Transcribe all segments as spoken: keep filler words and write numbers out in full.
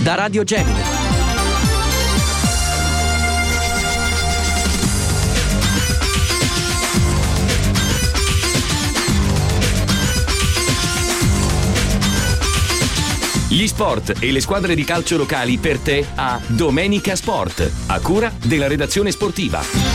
da Radio Gemini. Gli sport e le squadre di calcio locali per te a Domenica Sport, a cura della redazione sportiva.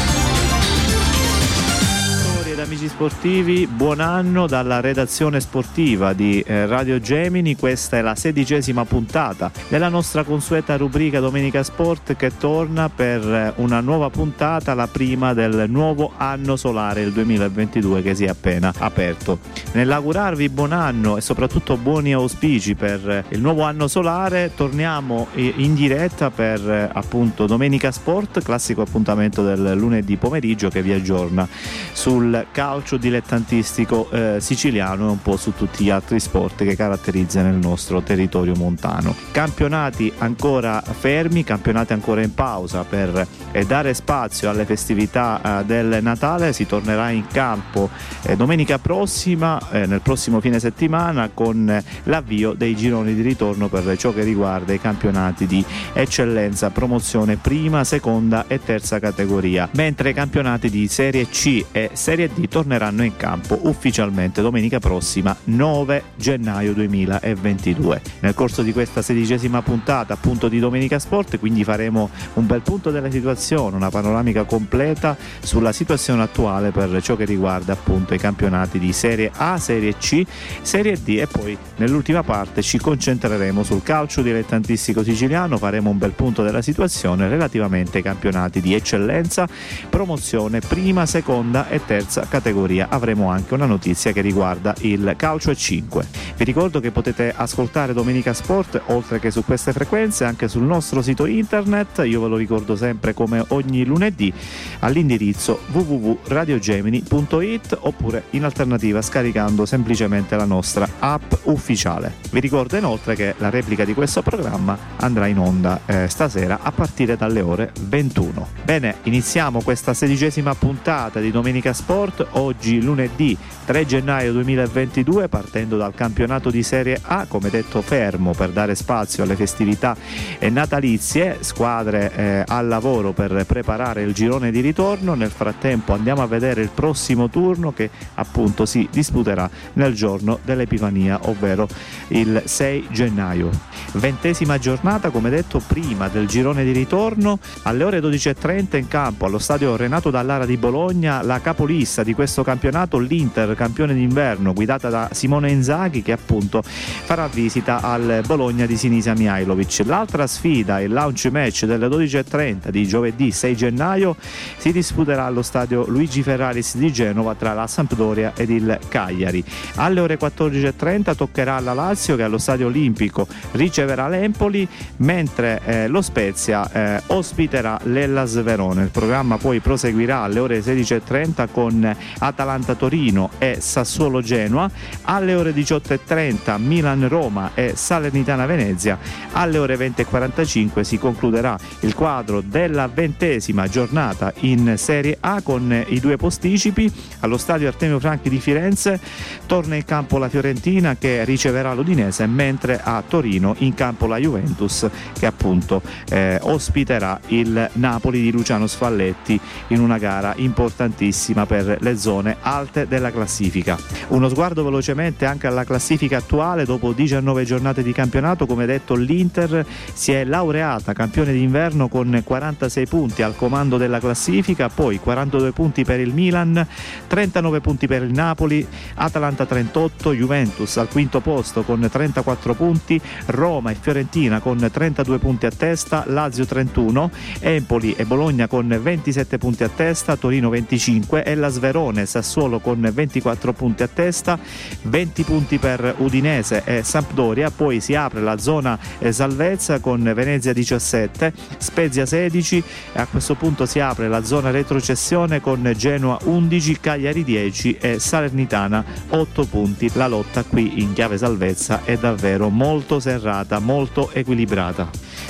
Amici sportivi, buon anno dalla redazione sportiva di eh, Radio Gemini. Questa è la sedicesima puntata della nostra consueta rubrica Domenica Sport, che torna per eh, una nuova puntata, la prima del nuovo anno solare, il duemilaventidue, che si è appena aperto. Nell'augurarvi buon anno e soprattutto buoni auspici per eh, il nuovo anno solare, torniamo eh, in diretta per eh, appunto Domenica Sport, classico appuntamento del lunedì pomeriggio che vi aggiorna sul calcio dilettantistico eh, siciliano e un po' su tutti gli altri sport che caratterizzano il nostro territorio montano. Campionati ancora fermi, campionati ancora in pausa per eh, dare spazio alle festività eh, del Natale. Si tornerà in campo eh, domenica prossima, eh, nel prossimo fine settimana, con eh, l'avvio dei gironi di ritorno per ciò che riguarda i campionati di eccellenza, promozione prima, seconda e terza categoria, mentre i campionati di Serie C e Serie D torneranno in campo ufficialmente domenica prossima, nove gennaio duemilaventidue. Nel corso di questa sedicesima puntata appunto di Domenica Sport, quindi faremo un bel punto della situazione, una panoramica completa sulla situazione attuale per ciò che riguarda appunto i campionati di Serie A, Serie C, Serie D, e poi nell'ultima parte ci concentreremo sul calcio dilettantistico siciliano. Faremo un bel punto della situazione relativamente ai campionati di eccellenza, promozione prima, seconda e terza categoria. Avremo anche una notizia che riguarda il calcio a cinque. Vi ricordo che potete ascoltare Domenica Sport oltre che su queste frequenze anche sul nostro sito internet. Io ve lo ricordo sempre come ogni lunedì all'indirizzo w w w punto radio gemini punto i t, oppure in alternativa scaricando semplicemente la nostra app ufficiale. Vi ricordo inoltre che la replica di questo programma andrà in onda eh, stasera a partire dalle ore ventuno. Bene, iniziamo questa sedicesima puntata di Domenica Sport oggi lunedì tre gennaio duemilaventidue, partendo dal campionato di Serie A, come detto fermo per dare spazio alle festività natalizie, squadre eh, al lavoro per preparare il girone di ritorno. Nel frattempo andiamo a vedere il prossimo turno, che appunto si disputerà nel giorno dell'Epifania, ovvero il sei gennaio. Ventesima giornata, come detto, prima del girone di ritorno. Alle ore dodici e trenta in campo allo stadio Renato Dallara di Bologna la capolista di questo campionato, l'Inter, campione d'inverno, guidata da Simone Inzaghi, che appunto farà visita al Bologna di Sinisa Mihajlovic. L'altra sfida, il launch match delle dodici e trenta di giovedì sei gennaio, si disputerà allo stadio Luigi Ferraris di Genova tra la Sampdoria ed il Cagliari. Alle ore quattordici e trenta toccherà alla Lazio, che allo stadio Olimpico riceverà l'Empoli, mentre eh, lo Spezia eh, ospiterà l'Hellas Verona. Il programma poi proseguirà alle ore sedici e trenta con Atalanta Torino e Sassuolo Genoa. Alle ore diciotto e trenta Milan Roma e Salernitana Venezia. Alle ore venti e quarantacinque si concluderà il quadro della ventesima giornata in Serie A con i due posticipi. Allo stadio Artemio Franchi di Firenze torna in campo la Fiorentina, che riceverà l'Udinese, mentre a Torino in campo la Juventus, che appunto eh, ospiterà il Napoli di Luciano Spalletti in una gara importantissima per le zone alte della classifica. Uno sguardo velocemente anche alla classifica attuale. Dopo diciannove giornate di campionato, come detto, l'Inter si è laureata campione d'inverno con quarantasei punti al comando della classifica, poi quarantadue punti per il Milan, trentanove punti per il Napoli, Atalanta trentotto, Juventus al quinto posto con trentaquattro punti, Roma e Fiorentina con trentadue punti a testa, Lazio trentuno, Empoli e Bologna con ventisette punti a testa, Torino venticinque, Hellas Verona e Sassuolo con ventiquattro punti a testa, venti punti per Udinese e Sampdoria. Poi si apre la zona salvezza con Venezia diciassette, Spezia sedici, e a questo punto si apre la zona retrocessione con Genoa undici, Cagliari dieci e Salernitana otto punti. La lotta qui in chiave salvezza è davvero molto serrata, molto equilibrata.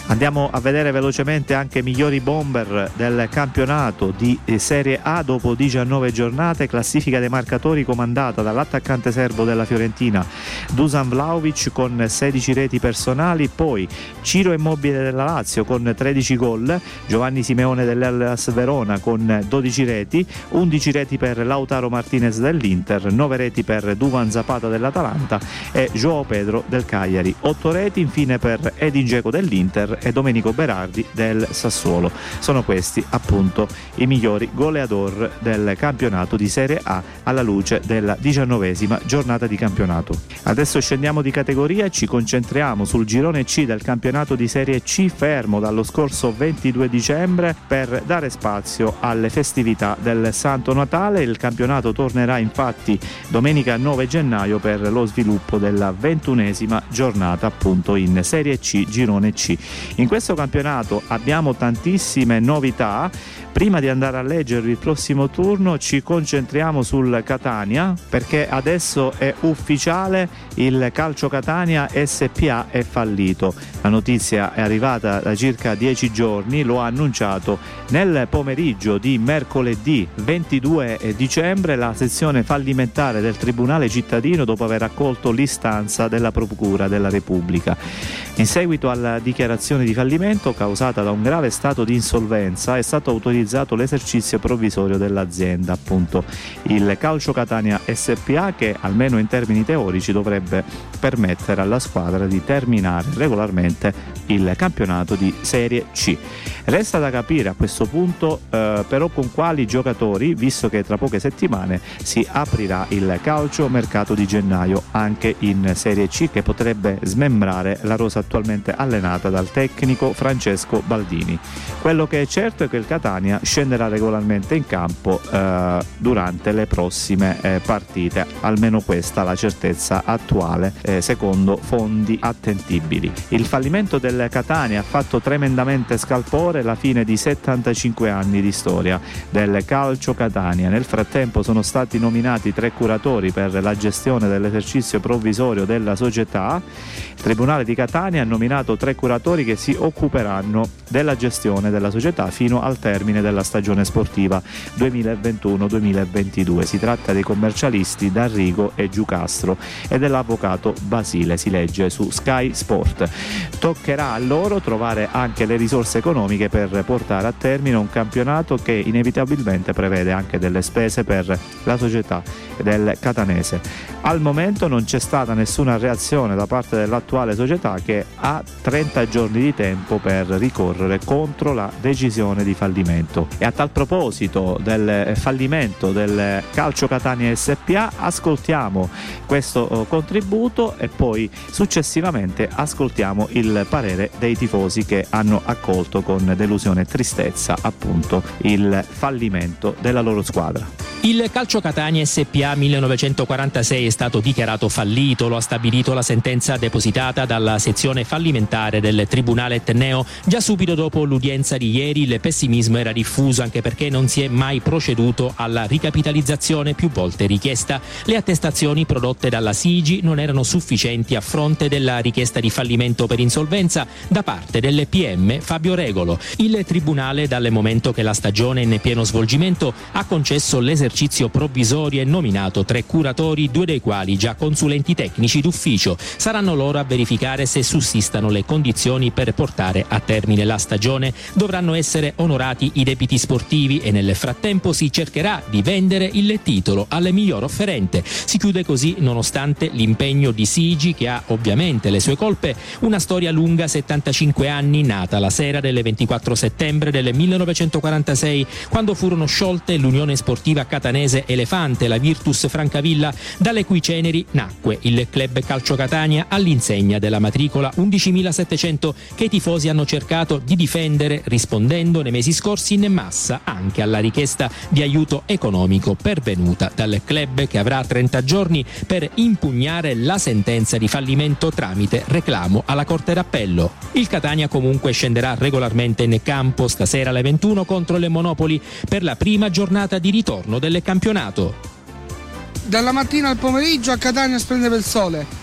Andiamo a vedere velocemente anche i migliori bomber del campionato di Serie A dopo diciannove giornate. Classifica dei marcatori comandata dall'attaccante serbo della Fiorentina Dusan Vlahovic con sedici reti personali, poi Ciro Immobile della Lazio con tredici gol, Giovanni Simeone dell'Hellas Verona con dodici reti, undici reti per Lautaro Martinez dell'Inter, nove reti per Duvan Zapata dell'Atalanta e João Pedro del Cagliari, otto reti infine per Edin Dzeko dell'Inter e Domenico Berardi del Sassuolo. Sono questi appunto i migliori goleador del campionato di Serie A alla luce della diciannovesima giornata di campionato. Adesso scendiamo di categoria e ci concentriamo sul girone C del campionato di Serie C, fermo dallo scorso ventidue dicembre per dare spazio alle festività del Santo Natale. Il campionato tornerà infatti domenica nove gennaio per lo sviluppo della ventunesima giornata appunto in Serie C, girone C. In questo campionato abbiamo tantissime novità. Prima di andare a leggervi il prossimo turno ci concentriamo sul Catania, perché adesso è ufficiale: il Calcio Catania S P A è fallito. La notizia è arrivata da circa dieci giorni, lo ha annunciato nel pomeriggio di mercoledì ventidue dicembre la sezione fallimentare del Tribunale cittadino, dopo aver accolto l'istanza della Procura della Repubblica. In seguito alla dichiarazione di fallimento causata da un grave stato di insolvenza è stato autorizzato l'esercizio provvisorio dell'azienda, appunto il Calcio Catania S P A, che almeno in termini teorici dovrebbe permettere alla squadra di terminare regolarmente il campionato di Serie C. Resta da capire a questo punto eh, però con quali giocatori, visto che tra poche settimane si aprirà il calcio mercato di gennaio anche in Serie C, che potrebbe smembrare la rosa attualmente allenata dal tecnico Francesco Baldini. Quello che è certo è che il Catania scenderà regolarmente in campo eh, durante le prossime eh, partite, almeno questa la certezza attuale eh, secondo fondi attendibili. Il fallimento del Catania ha fatto tremendamente scalpore la fine di settantacinque anni di storia del Calcio Catania. Nel frattempo sono stati nominati tre curatori per la gestione dell'esercizio provvisorio della società. Il Tribunale di Catania ha nominato tre curatori che si occuperanno della gestione della società fino al termine della stagione sportiva duemilaventuno duemilaventidue. Si tratta dei commercialisti D'Arrigo e Giucastro e dell'avvocato Basile, si legge su Sky Sport. Toccherà a loro trovare anche le risorse economiche per portare a termine un campionato che inevitabilmente prevede anche delle spese per la società del catanese. Al momento non c'è stata nessuna reazione da parte dell'attuale società, che ha trenta giorni di tempo per ricorrere contro la decisione di fallimento. E a tal proposito del fallimento del Calcio Catania S P A ascoltiamo questo contributo e poi successivamente ascoltiamo il parere dei tifosi che hanno accolto con delusione e tristezza appunto il fallimento della loro squadra. Il Calcio Catania S P A millenovecentoquarantasei è stato dichiarato fallito, lo ha stabilito la sentenza depositata dalla sezione fallimentare del Tribunale Etneo. Già subito dopo l'udienza di ieri il pessimismo era diffuso, anche perché non si è mai proceduto alla ricapitalizzazione più volte richiesta. Le attestazioni prodotte dalla S I G I non erano sufficienti a fronte della richiesta di fallimento per insolvenza da parte del P M Fabio Regolo. Il Tribunale, dal momento che la stagione è in pieno svolgimento, ha concesso l'esercizio provvisorio e nominato tre curatori, due dei quali già consulenti tecnici d'ufficio. Saranno loro a verificare se sussistano le condizioni per portare a termine la stagione. Dovranno essere onorati i debiti sportivi e nel frattempo si cercherà di vendere il titolo al miglior offerente. Si chiude così, nonostante l'impegno di S I G I, che ha ovviamente le sue colpe, una storia lunga settantacinque anni, nata la sera del ventiquattro settembre del millenovecentoquarantasei, quando furono sciolte l'Unione Sportiva Catanese Elefante e la Virtus Francavilla, dalle cui ceneri nacque il Club Calcio Catania, all'insegna della matricola undicimilasettecento che i tifosi hanno cercato di difendere, rispondendo nei mesi scorsi in massa anche alla richiesta di aiuto economico pervenuta dal club, che avrà trenta giorni per impugnare la sentenza di fallimento tramite reclamo alla Corte d'Appello. Il Catania comunque scenderà regolarmente in campo stasera alle ventuno contro le Monopoli per la prima giornata di ritorno del campionato. Dalla mattina al pomeriggio a Catania splende il sole.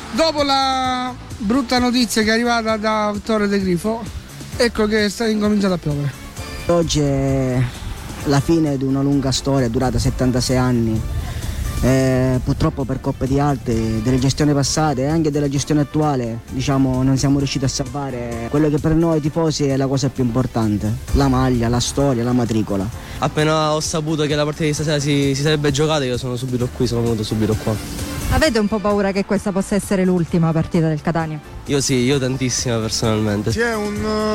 dopo la brutta notizia che è arrivata da Torre de Grifo, ecco che sta incominciato a piovere. Oggi è la fine di una lunga storia durata settantasei anni. Eh, purtroppo per coppe di arte, delle gestioni passate e anche della gestione attuale, diciamo, non siamo riusciti a salvare quello che per noi tifosi è la cosa più importante: la maglia, la storia, la matricola. Appena ho saputo che la partita di stasera si, si sarebbe giocata, io sono subito qui, sono venuto subito qua. Avete un po' paura che questa possa essere l'ultima partita del Catania? Io sì, io tantissima personalmente. C'è un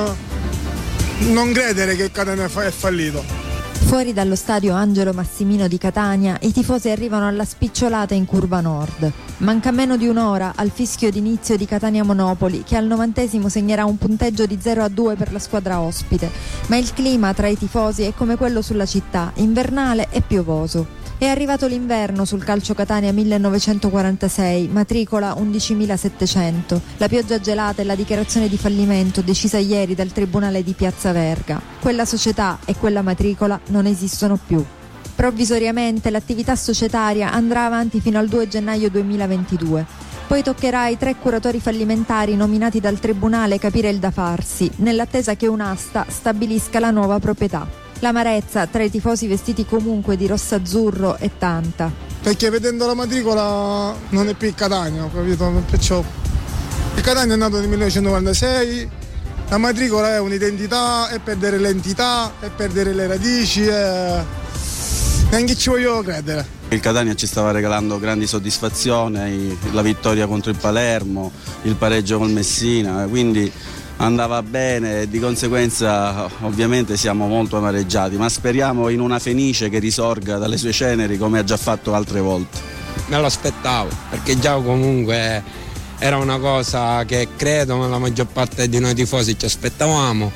uh, non credere che il Catania è fallito. Fuori dallo stadio Angelo Massimino di Catania, i tifosi arrivano alla spicciolata in curva nord. Manca meno di un'ora al fischio d'inizio di Catania Monopoli, che al novantesimo segnerà un punteggio di zero a due per la squadra ospite. Ma il clima tra i tifosi è come quello sulla città, invernale e piovoso. È arrivato l'inverno sul Calcio Catania millenovecentoquarantasei, matricola undicimilasettecento. La pioggia gelata e la dichiarazione di fallimento decisa ieri dal Tribunale di Piazza Verga. Quella società e quella matricola non esistono più. Provvisoriamente l'attività societaria andrà avanti fino al due gennaio duemilaventidue. Poi toccherà ai tre curatori fallimentari nominati dal Tribunale capire il da farsi, nell'attesa che un'asta stabilisca la nuova proprietà. L'amarezza tra i tifosi vestiti comunque di rosso-azzurro è tanta. Perché vedendo la matricola non è più il Catania, capito? Perciò il Catania è nato nel millenovecentoquarantasei, la matricola è un'identità, è perdere l'entità, è perdere le radici, è... neanche ci voglio credere. Il Catania ci stava regalando grandi soddisfazioni, la vittoria contro il Palermo, il pareggio col Messina, quindi andava bene e di conseguenza ovviamente siamo molto amareggiati, ma speriamo in una Fenice che risorga dalle sue ceneri come ha già fatto altre volte. Me lo aspettavo, perché già comunque era una cosa che credo la maggior parte di noi tifosi ci aspettavamo.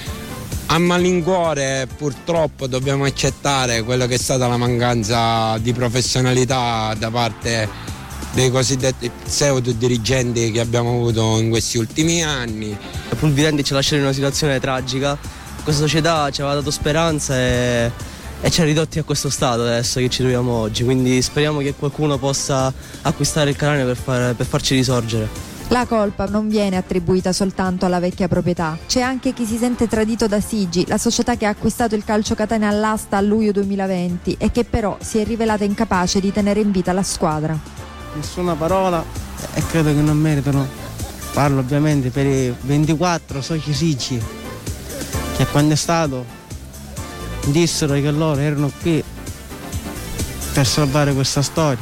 A malincuore purtroppo dobbiamo accettare quello che è stata la mancanza di professionalità da parte dei cosiddetti pseudo dirigenti che abbiamo avuto in questi ultimi anni. Il Pulvirenti ci ha lasciato in una situazione tragica, questa società ci aveva dato speranza e, e ci ha ridotti a questo stato adesso che ci troviamo oggi, quindi speriamo che qualcuno possa acquistare il Catania per, far, per farci risorgere. La colpa non viene attribuita soltanto alla vecchia proprietà, c'è anche chi si sente tradito da Sigi, la società che ha acquistato il Calcio Catania all'asta a luglio duemilaventi e che però si è rivelata incapace di tenere in vita la squadra. Nessuna parola e credo che non meritano. Parlo ovviamente per i ventiquattro soci Sigi che quando è stato dissero che loro erano qui per salvare questa storia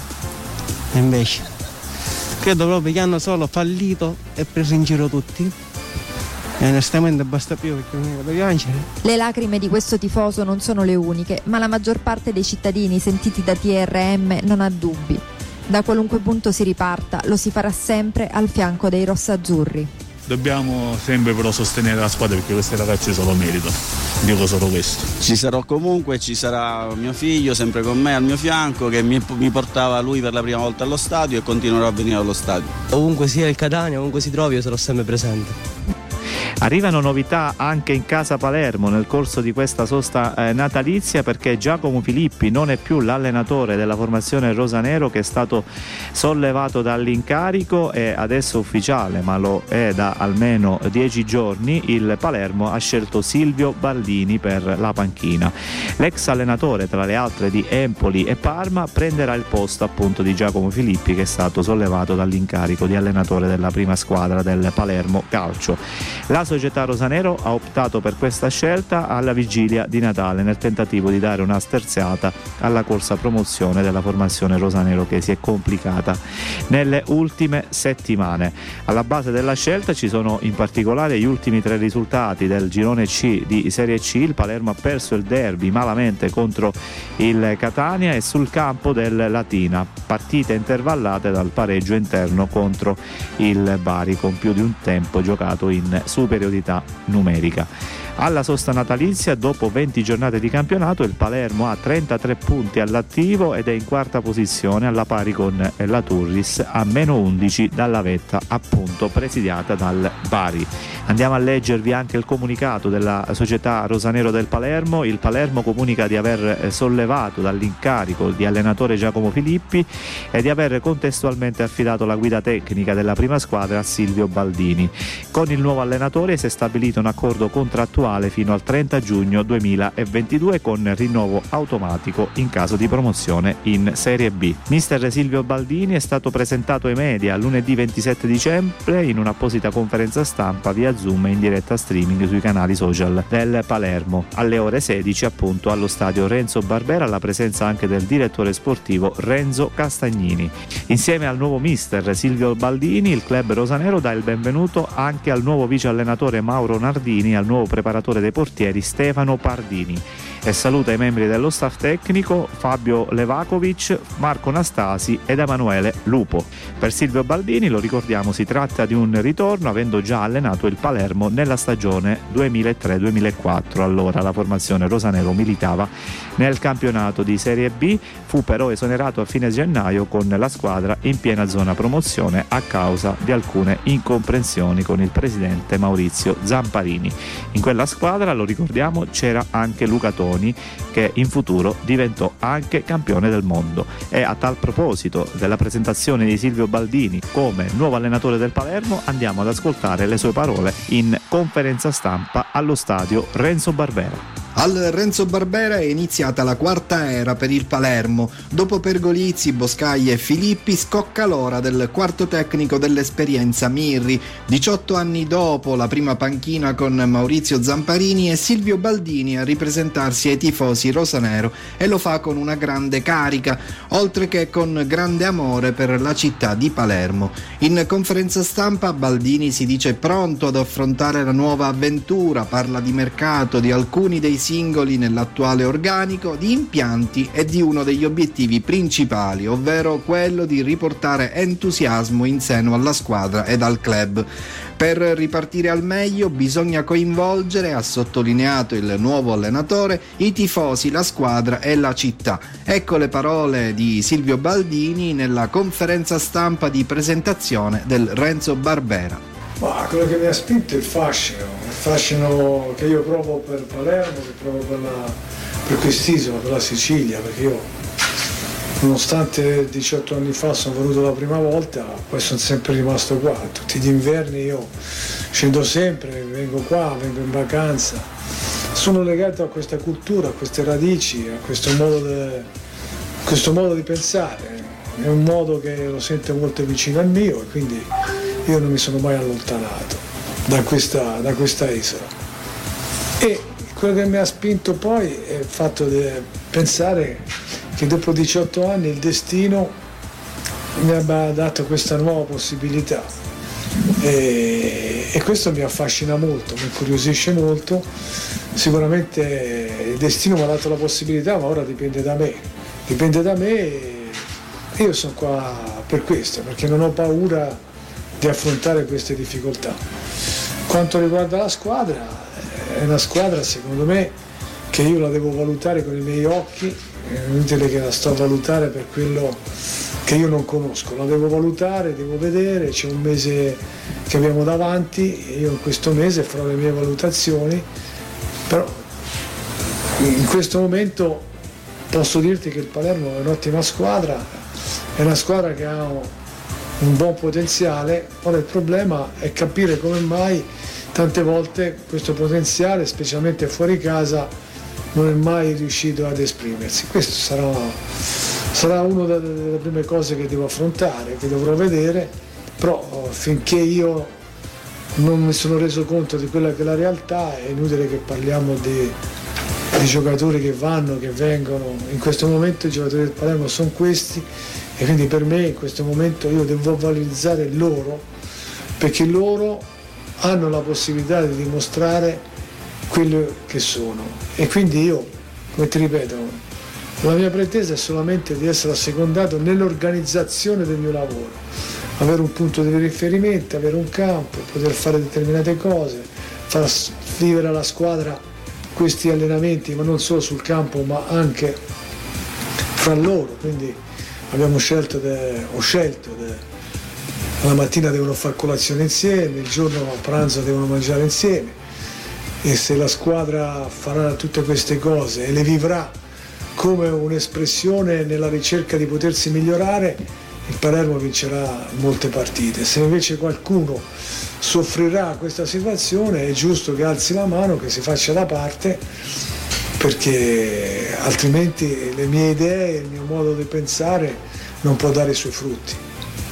e invece credo proprio che hanno solo fallito e preso in giro tutti e onestamente basta più perché non è da piangere. Le lacrime di questo tifoso non sono le uniche, ma la maggior parte dei cittadini sentiti da T R M non ha dubbi. Da qualunque punto si riparta, lo si farà sempre al fianco dei rossazzurri. Dobbiamo sempre però sostenere la squadra perché questi ragazzi se lo meritano, dico solo questo. Ci sarò comunque, ci sarà mio figlio sempre con me al mio fianco che mi, mi portava lui per la prima volta allo stadio e continuerò a venire allo stadio. Ovunque sia il Catania, ovunque si trovi io sarò sempre presente. Arrivano novità anche in casa Palermo nel corso di questa sosta eh, natalizia, perché Giacomo Filippi non è più l'allenatore della formazione rosanero, che è stato sollevato dall'incarico e adesso ufficiale, ma lo è da almeno dieci giorni. Il Palermo ha scelto Silvio Baldini per la panchina. L'ex allenatore, tra le altre di Empoli e Parma, prenderà il posto appunto di Giacomo Filippi, che è stato sollevato dall'incarico di allenatore della prima squadra del Palermo Calcio. La società rosanero ha optato per questa scelta alla vigilia di Natale, nel tentativo di dare una sterziata alla corsa promozione della formazione rosanero, che si è complicata nelle ultime settimane. Alla base della scelta ci sono in particolare gli ultimi tre risultati del girone C di Serie C. Il Palermo ha perso il derby malamente contro il Catania e sul campo del Latina, partite intervallate dal pareggio interno contro il Bari, con più di un tempo giocato in superiorità numerica. Alla sosta natalizia, dopo venti giornate di campionato, il Palermo ha trentatré punti all'attivo ed è in quarta posizione, alla pari con la Turris a meno undici dalla vetta, appunto presidiata dal Bari. Andiamo a leggervi anche il comunicato della società Rosanero del Palermo. Il Palermo comunica di aver sollevato dall'incarico di allenatore Giacomo Filippi e di aver contestualmente affidato la guida tecnica della prima squadra a Silvio Baldini. Con il nuovo allenatore si è stabilito un accordo contrattuale fino al trenta giugno duemilaventidue con rinnovo automatico in caso di promozione in Serie B. Mister Silvio Baldini è stato presentato ai media lunedì ventisette dicembre in un'apposita conferenza stampa via Zoom in diretta streaming sui canali social del Palermo alle ore sedici, appunto allo stadio Renzo Barbera, alla presenza anche del direttore sportivo Renzo Castagnini. Insieme al nuovo mister Silvio Baldini, il club rosanero dà il benvenuto anche al nuovo vice allenatore Mauro Nardini e al nuovo preparatore dei portieri Stefano Pardini, e saluta i membri dello staff tecnico Fabio Levakovic, Marco Nastasi ed Emanuele Lupo. Per Silvio Baldini, lo ricordiamo, si tratta di un ritorno avendo già allenato il Palermo nella stagione duemilatré duemilaquattro. Allora la formazione rosanero militava nel campionato di Serie B, fu però esonerato a fine gennaio con la squadra in piena zona promozione a causa di alcune incomprensioni con il presidente Maurizio Zamparini. In quella squadra, lo ricordiamo, c'era anche Luca Toni, che in futuro diventò anche campione del mondo. E a tal proposito della presentazione di Silvio Baldini come nuovo allenatore del Palermo, andiamo ad ascoltare le sue parole in conferenza stampa allo stadio Renzo Barbera. Al Renzo Barbera è iniziata la quarta era per il Palermo. Dopo Pergolizzi, Boscaglia e Filippi scocca l'ora del quarto tecnico dell'esperienza Mirri. diciotto anni dopo la prima panchina con Maurizio Zamparini e Silvio Baldini a ripresentarsi ai tifosi rosanero, e lo fa con una grande carica, oltre che con grande amore per la città di Palermo. In conferenza stampa Baldini si dice pronto ad affrontare la nuova avventura, parla di mercato, di alcuni dei singoli nell'attuale organico, di impianti e di uno degli obiettivi principali, ovvero quello di riportare entusiasmo in seno alla squadra ed al club. Per ripartire al meglio bisogna coinvolgere, ha sottolineato il nuovo allenatore, i tifosi, la squadra e la città. Ecco le parole di Silvio Baldini nella conferenza stampa di presentazione del Renzo Barbera. Ma quello che mi ha spinto è il fascino, il fascino che io provo per Palermo, che provo per, la, per quest'isola, per la Sicilia, perché io, nonostante diciotto anni fa sono venuto la prima volta, poi sono sempre rimasto qua. Tutti gli inverni io scendo sempre, vengo qua, vengo in vacanza. Sono legato a questa cultura, a queste radici, a questo modo, de, questo modo di pensare. È un modo che lo sento molto vicino al mio, e quindi io non mi sono mai allontanato da questa, da questa isola. E quello che mi ha spinto poi è il fatto di pensare che dopo diciotto anni il destino mi abbia dato questa nuova possibilità, e, e questo mi affascina molto, mi incuriosisce molto. Sicuramente il destino mi ha dato la possibilità, ma ora dipende da me, dipende da me e io sono qua per questo, perché non ho paura di affrontare queste difficoltà. Quanto riguarda la squadra, è una squadra secondo me che io la devo valutare con i miei occhi, è inutile che la sto a valutare per quello che io non conosco, la devo valutare, devo vedere, c'è un mese che abbiamo davanti e io in questo mese farò le mie valutazioni, però in questo momento posso dirti che il Palermo è un'ottima squadra, è una squadra che ha un buon potenziale. Ora il problema è capire come mai tante volte questo potenziale, specialmente fuori casa, non è mai riuscito ad esprimersi. Questo sarà, sarà una delle prime cose che devo affrontare, che dovrò vedere, però finché io non mi sono reso conto di quella che è la realtà è inutile che parliamo di, di giocatori che vanno, che vengono. In questo momento i giocatori del Palermo sono questi, e quindi per me in questo momento io devo valorizzare loro, perché loro hanno la possibilità di dimostrare quello che sono, e quindi io, come ti ripeto, la mia pretesa è solamente di essere assecondato nell'organizzazione del mio lavoro, avere un punto di riferimento, avere un campo, poter fare determinate cose, far vivere alla squadra questi allenamenti, ma non solo sul campo ma anche fra loro. Quindi abbiamo scelto de, ho scelto la mattina devono fare colazione insieme, il giorno a pranzo devono mangiare insieme, e se la squadra farà tutte queste cose e le vivrà come un'espressione nella ricerca di potersi migliorare, il Palermo vincerà molte partite. Se invece qualcuno soffrirà questa situazione, è giusto che alzi la mano, che si faccia da parte, perché altrimenti le mie idee, il mio modo di pensare non può dare i suoi frutti.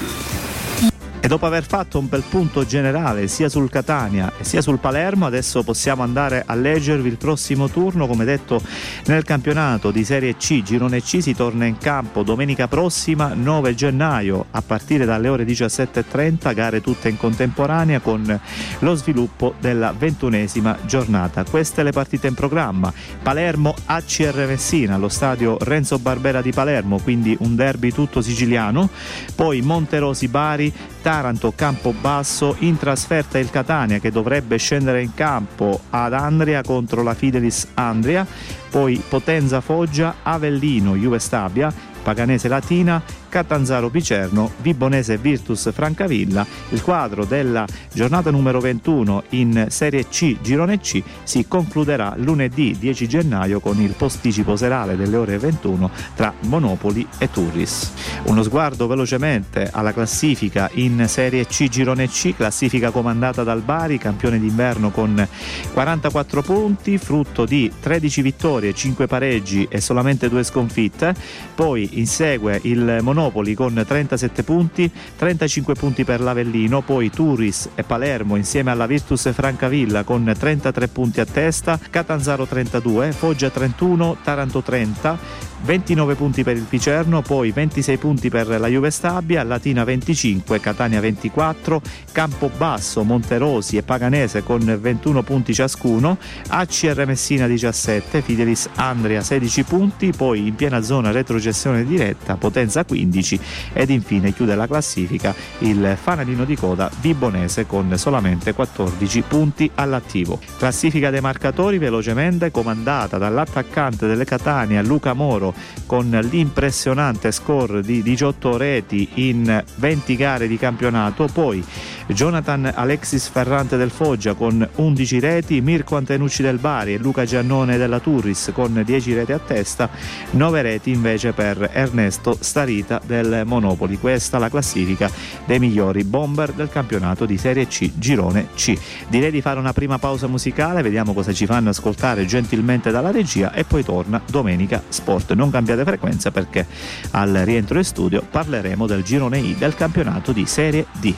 E dopo aver fatto un bel punto generale sia sul Catania sia sul Palermo, adesso possiamo andare a leggervi il prossimo turno. Come detto, nel campionato di Serie C, Girone C, si torna in campo domenica prossima, nove gennaio, a partire dalle ore diciassette e trenta, gare tutte in contemporanea con lo sviluppo della ventunesima giornata. Queste le partite in programma: Palermo A C R Messina allo stadio Renzo Barbera di Palermo, quindi un derby tutto siciliano. Poi Monterosi Bari, Taranto Campobasso, in trasferta il Catania che dovrebbe scendere in campo ad Andria contro la Fidelis Andria, poi Potenza Foggia, Avellino Juve Stabia, Paganese Latina, Catanzaro Picerno, Vibonese Virtus Francavilla. Il quadro della giornata numero ventuno in Serie C Girone C si concluderà lunedì dieci gennaio con il posticipo serale delle ore ventuno tra Monopoli e Turris. Uno sguardo velocemente alla classifica in Serie C Girone C, classifica comandata dal Bari, campione d'inverno con quarantaquattro punti, frutto di tredici vittorie, cinque pareggi e solamente due sconfitte. Poi insegue il Monopoli con trentasette punti, trentacinque punti per l'Avellino, poi Turris e Palermo insieme alla Virtus Francavilla con trentatré punti a testa, Catanzaro trentadue, Foggia trentuno, Taranto trenta, ventinove punti per il Picerno, poi ventisei punti per la Juve Stabia, Latina venticinque, Catania ventiquattro, Campobasso, Monterosi e Paganese con ventuno punti ciascuno, A C R Messina diciassette, Fidelis Andria sedici punti, poi in piena zona retrocessione diretta Potenza quindici ed infine chiude la classifica il fanalino di coda Vibonese con solamente quattordici punti all'attivo. Classifica dei marcatori velocemente comandata dall'attaccante delle Catania Luca Moro con l'impressionante score di diciotto reti in venti gare di campionato, poi Jonathan Alexis Ferrante del Foggia con undici reti, Mirko Antenucci del Bari e Luca Giannone della Turris con dieci reti a testa, nove reti invece per Ernesto Starita del Monopoli. Questa la classifica dei migliori bomber del campionato di Serie C Girone C. Direi di fare una prima pausa musicale, vediamo cosa ci fanno ascoltare gentilmente dalla regia e poi torna Domenica Sport. Non cambiate frequenza perché al rientro in studio parleremo del Girone I del campionato di Serie D.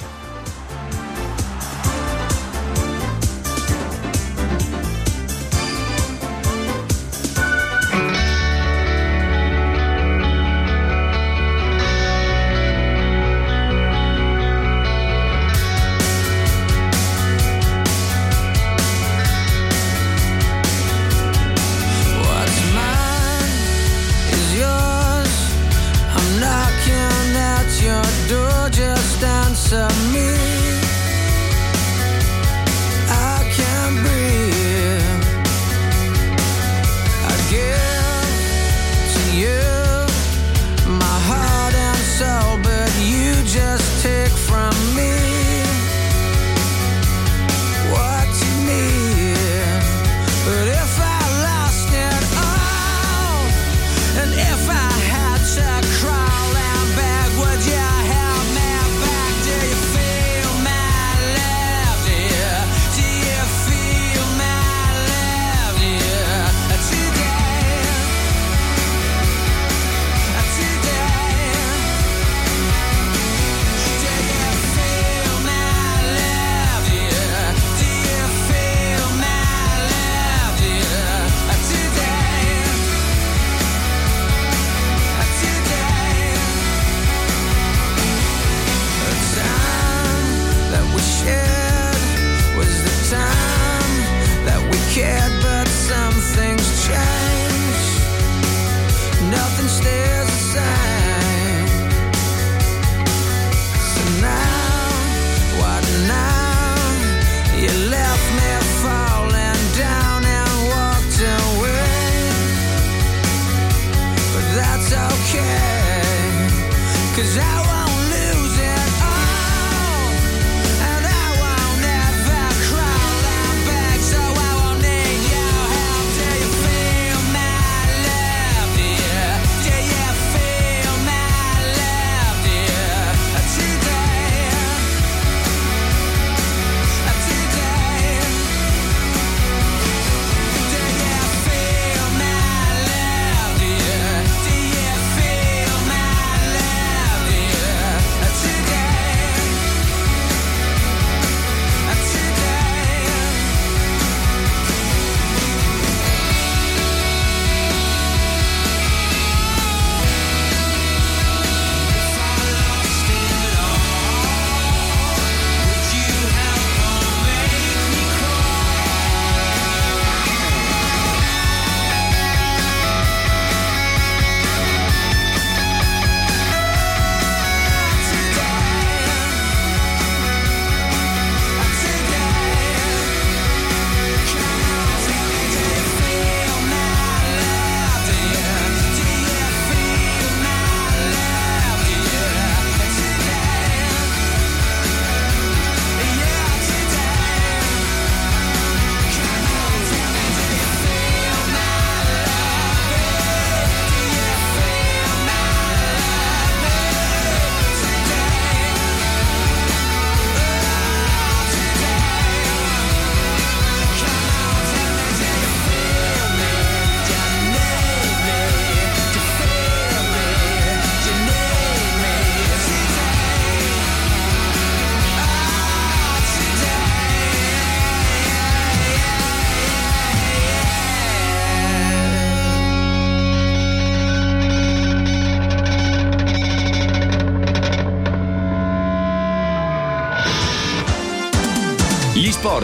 Cause I won't lose it all.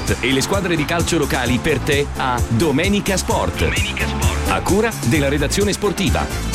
Sport e le squadre di calcio locali per te a Domenica Sport. Domenica Sport. A cura della redazione sportiva.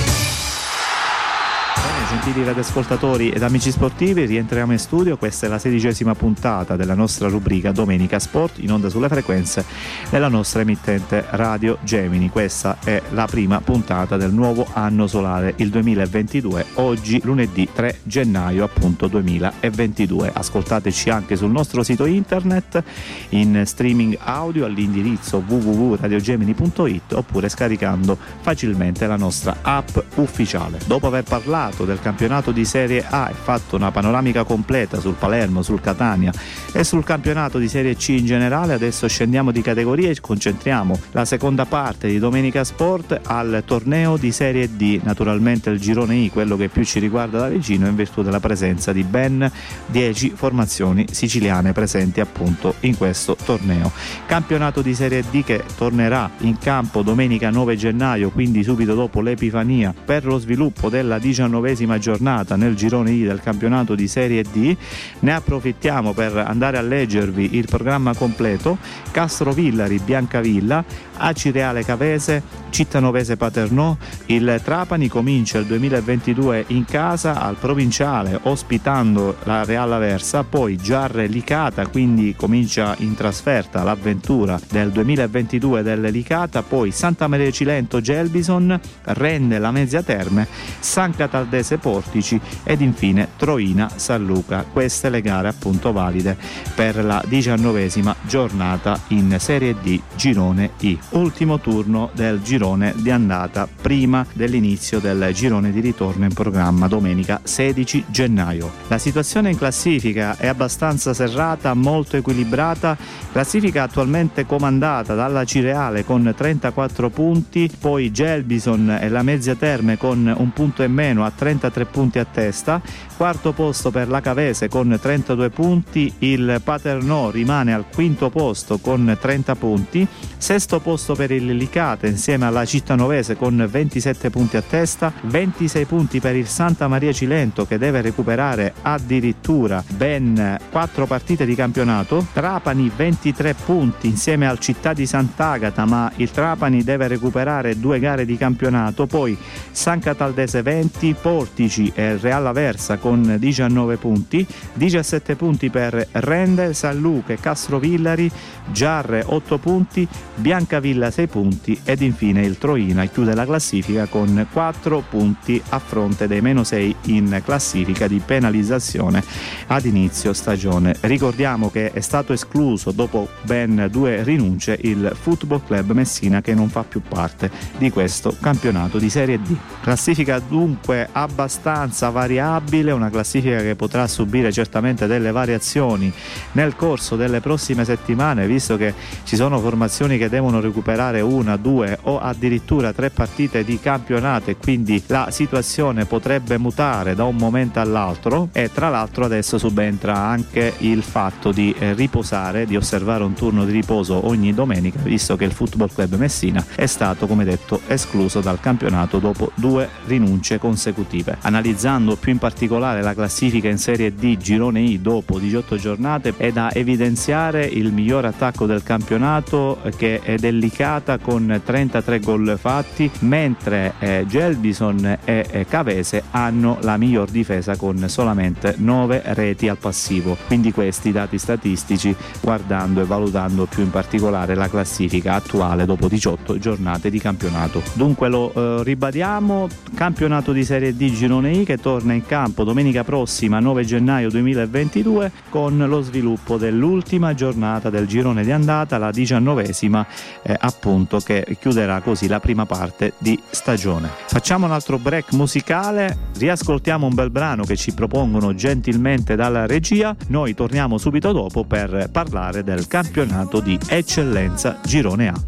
Gentili radioascoltatori ed amici sportivi, rientriamo in studio. Questa è la sedicesima puntata della nostra rubrica Domenica Sport, in onda sulle frequenze della nostra emittente Radio Gemini. Questa è la prima puntata del nuovo anno solare, il duemilaventidue, oggi lunedì tre gennaio appunto duemilaventidue. Ascoltateci anche sul nostro sito internet in streaming audio all'indirizzo w w w punto radio gemini punto i t oppure scaricando facilmente la nostra app ufficiale. Dopo aver parlato del campionato di Serie A e fatto una panoramica completa sul Palermo, sul Catania e sul campionato di Serie C in generale, adesso scendiamo di categoria e concentriamo la seconda parte di Domenica Sport al torneo di Serie D, naturalmente il girone I, quello che più ci riguarda da vicino in virtù della presenza di ben dieci formazioni siciliane presenti appunto in questo torneo. Campionato di Serie D che tornerà in campo domenica nove gennaio, quindi subito dopo l'Epifania, per lo sviluppo della diciannovesima giornata nel girone I del campionato di Serie D. Ne approfittiamo per andare a leggervi il programma completo. Castrovillari Biancavilla, Acireale Cavese, Cittanovese Paternò. Il Trapani comincia il duemilaventidue in casa al provinciale ospitando la Real Aversa, poi Giarre Licata, quindi comincia in trasferta l'avventura del duemilaventidue del Licata, poi Santa Maria Cilento Gelbison, Rende Lamezia Terme, San Cataldese Portici ed infine Troina San Luca. Queste le gare appunto valide per la diciannovesima giornata in Serie D girone I. Ultimo turno del girone di andata prima dell'inizio del girone di ritorno in programma domenica sedici gennaio. La situazione in classifica è abbastanza serrata, molto equilibrata. Classifica attualmente comandata dalla Cireale con trentaquattro punti, poi Gelbison e la Mezzia Terme con un punto in meno a trentatré punti a testa. Quarto posto per la Cavese con trentadue punti, il Paternò rimane al quinto posto con trenta punti, sesto posto per il Licata insieme alla Cittanovese con ventisette punti a testa, ventisei punti per il Santa Maria Cilento che deve recuperare addirittura ben quattro partite di campionato, Trapani ventitré punti insieme al Città di Sant'Agata, ma il Trapani deve recuperare due gare di campionato, poi San Cataldese venti, Portici e Real Aversa con diciannove punti, diciassette punti per Rende, San Luca e Castrovillari, Giarre otto punti, Biancavilla sei punti ed infine il Troina chiude la classifica con quattro punti a fronte dei meno sei in classifica di penalizzazione ad inizio stagione. Ricordiamo che è stato escluso dopo ben due rinunce il Football Club Messina, che non fa più parte di questo campionato di Serie D. Classifica dunque abbastanza variabile, una classifica che potrà subire certamente delle variazioni nel corso delle prossime settimane, visto che ci sono formazioni che devono recuperare una, due o addirittura tre partite di campionato e quindi la situazione potrebbe mutare da un momento all'altro. E tra l'altro adesso subentra anche il fatto di eh, riposare, di osservare un turno di riposo ogni domenica, visto che il Football Club Messina è stato, come detto, escluso dal campionato dopo due rinunce consecutive. Analizzando più in particolare la classifica in Serie D girone I dopo diciotto giornate, è da evidenziare il miglior attacco del campionato, che è Licata con trentatré gol fatti, mentre eh, Gelbison e eh, Cavese hanno la miglior difesa con solamente nove reti al passivo. Quindi questi dati statistici, guardando e valutando più in particolare la classifica attuale dopo diciotto giornate di campionato. Dunque lo eh, ribadiamo, campionato di Serie D girone I che torna in campo domenica prossima nove gennaio duemilaventidue con lo sviluppo dell'ultima giornata del girone di andata, la diciannovesima eh, appunto, che chiuderà così la prima parte di stagione. Facciamo un altro break musicale, riascoltiamo un bel brano che ci propongono gentilmente dalla regia. Noi torniamo subito dopo per parlare del campionato di eccellenza girone A.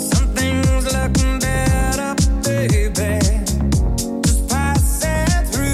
Through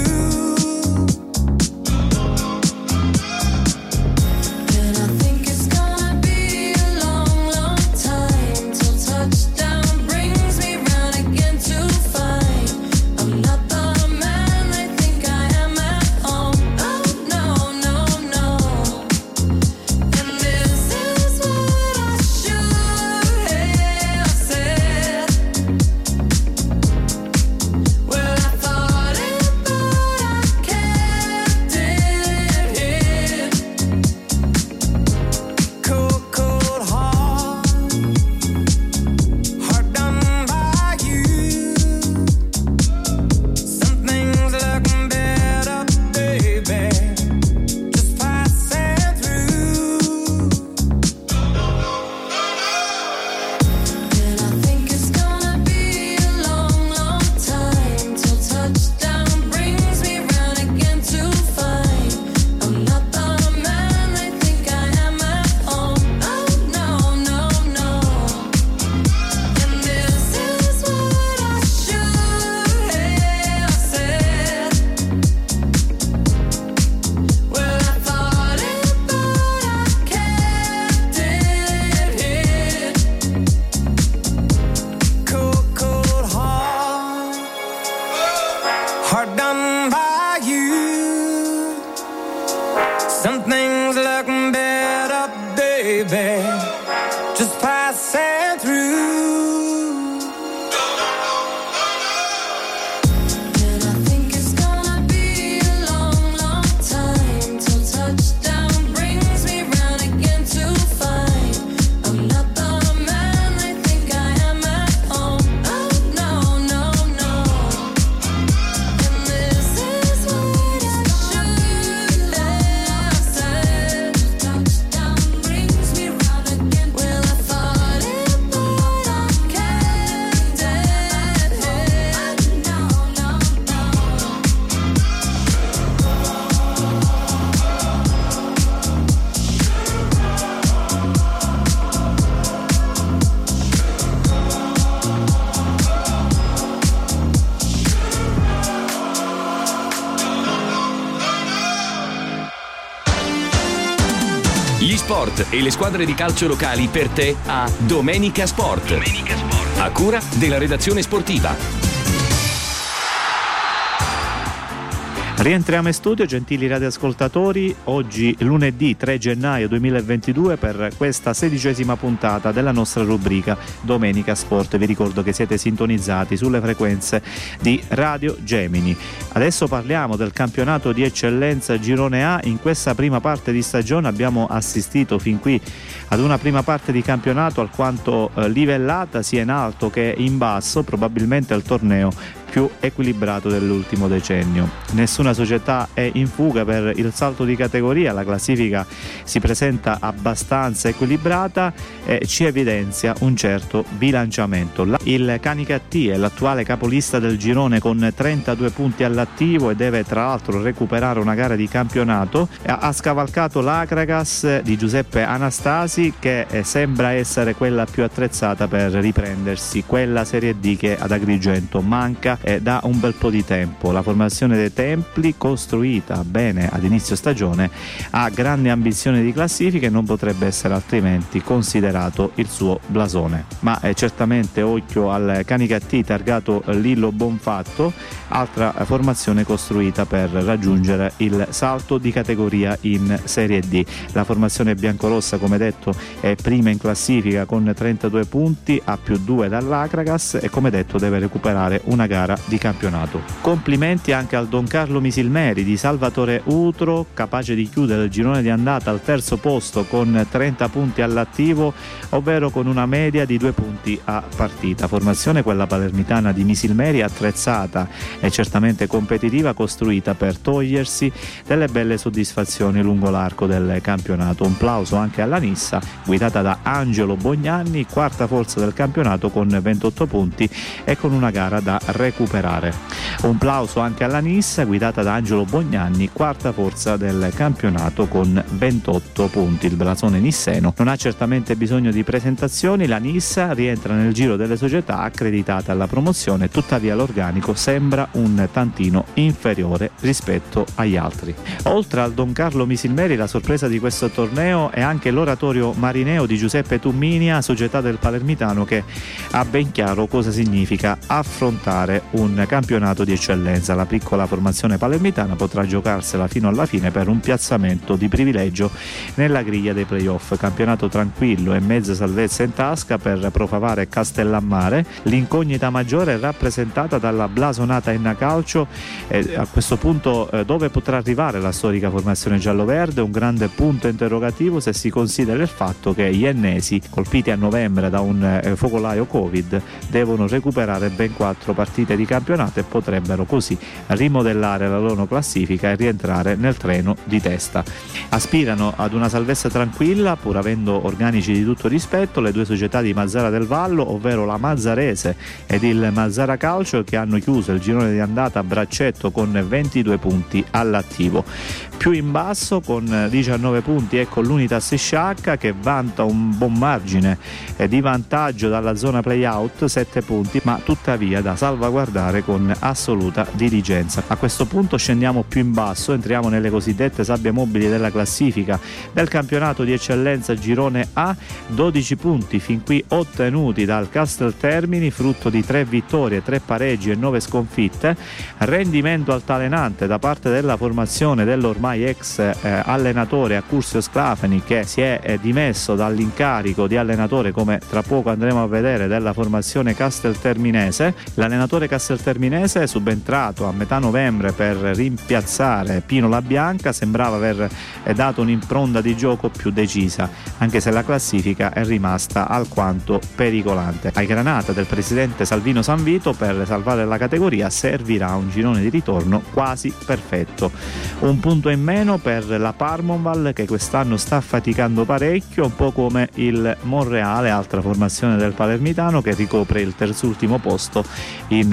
Gli sport e le squadre di calcio locali per te a Domenica Sport. Domenica Sport. A cura della redazione sportiva. Rientriamo in studio, gentili radioascoltatori, oggi lunedì tre gennaio duemilaventidue per questa sedicesima puntata della nostra rubrica Domenica Sport. Vi ricordo che siete sintonizzati sulle frequenze di Radio Gemini. Adesso parliamo del campionato di eccellenza Girone A. In questa prima parte di stagione abbiamo assistito fin qui ad una prima parte di campionato alquanto eh, livellata sia in alto che in basso, probabilmente il torneo più equilibrato dell'ultimo decennio. Nessuna società è in fuga per il salto di categoria, la classifica si presenta abbastanza equilibrata e ci evidenzia un certo bilanciamento. Il Canicattì è l'attuale capolista del girone con trentadue punti all'attivo e deve tra l'altro recuperare una gara di campionato. Ha scavalcato l'Acragas di Giuseppe Anastasi, che sembra essere quella più attrezzata per riprendersi quella Serie D che ad Agrigento manca da un bel po' di tempo. La formazione dei Templi, costruita bene ad inizio stagione, ha grandi ambizioni di classifica e non potrebbe essere altrimenti considerato il suo blasone. Ma eh, certamente occhio al Canicattì targato Lillo Bonfatto, altra formazione costruita per raggiungere il salto di categoria in Serie D. La formazione biancorossa, come detto, è prima in classifica con trentadue punti, a più due dall'Acragas e, come detto, deve recuperare una gara di campionato. Complimenti anche al Don Carlo Misilmeri di Salvatore Utro, capace di chiudere il girone di andata al terzo posto con trenta punti all'attivo, ovvero con una media di due punti a partita. Formazione, quella palermitana di Misilmeri, attrezzata e certamente competitiva, costruita per togliersi delle belle soddisfazioni lungo l'arco del campionato. Un plauso anche alla Nissa, guidata da Angelo Bognanni, quarta forza del campionato con ventotto punti e con una gara da recuperare. Un plauso anche alla Nissa, guidata da Angelo Bognanni, quarta forza del campionato con ventotto punti. Il blasone nisseno non ha certamente bisogno di presentazioni, la Nissa rientra nel giro delle società accreditate alla promozione, tuttavia l'organico sembra un tantino inferiore rispetto agli altri. Oltre al Don Carlo Misilmeri, la sorpresa di questo torneo è anche l'oratorio marineo di Giuseppe Tumminia, società del palermitano che ha ben chiaro cosa significa affrontare un campionato di eccellenza. La piccola formazione palermitana potrà giocarsela fino alla fine per un piazzamento di privilegio nella griglia dei playoff. Campionato tranquillo e mezza salvezza in tasca per Profavare e Castellammare. L'incognita maggiore è rappresentata dalla blasonata Enna Calcio, e a questo punto eh, dove potrà arrivare la storica formazione giallo-verde? Un grande punto interrogativo se si considera il fatto che gli ennesi, colpiti a novembre da un eh, focolaio Covid, devono recuperare ben quattro partite di campionato e potrebbero così rimodellare la loro classifica e rientrare nel treno di testa. Aspirano ad una salvezza tranquilla, pur avendo organici di tutto rispetto, le due società di Mazzara del Vallo, ovvero la Mazzarese ed il Mazzara Calcio, che hanno chiuso il girone di andata a braccetto con ventidue punti all'attivo. Più in basso, con diciannove punti, ecco l'Unitas Sciacca, che vanta un buon margine di vantaggio dalla zona play-out, sette punti, ma tuttavia da salvaguardare con assoluta diligenza. A questo punto scendiamo più in basso, entriamo nelle cosiddette sabbie mobili della classifica del campionato di eccellenza Girone A. dodici punti fin qui ottenuti dal Casteltermini, frutto di tre vittorie, tre pareggi e nove sconfitte. Rendimento altalenante da parte della formazione dell'ormai ex eh, allenatore Accursio Sclafani, che si è eh, dimesso dall'incarico di allenatore, come tra poco andremo a vedere, della formazione castelterminese. L'allenatore castelterminese è subentrato a metà novembre per rimpiazzare Pino Labianca, sembrava aver eh, dato un'impronta di gioco più decisa, anche se la classifica è rimasta alquanto pericolante. Ai Granata del presidente Salvino Sanvito, per salvare la categoria servirà un girone di ritorno quasi perfetto. Un punto in meno per la Parmonval, che quest'anno sta faticando parecchio, un po' come il Monreale, altra formazione del palermitano, che ricopre il terzultimo posto in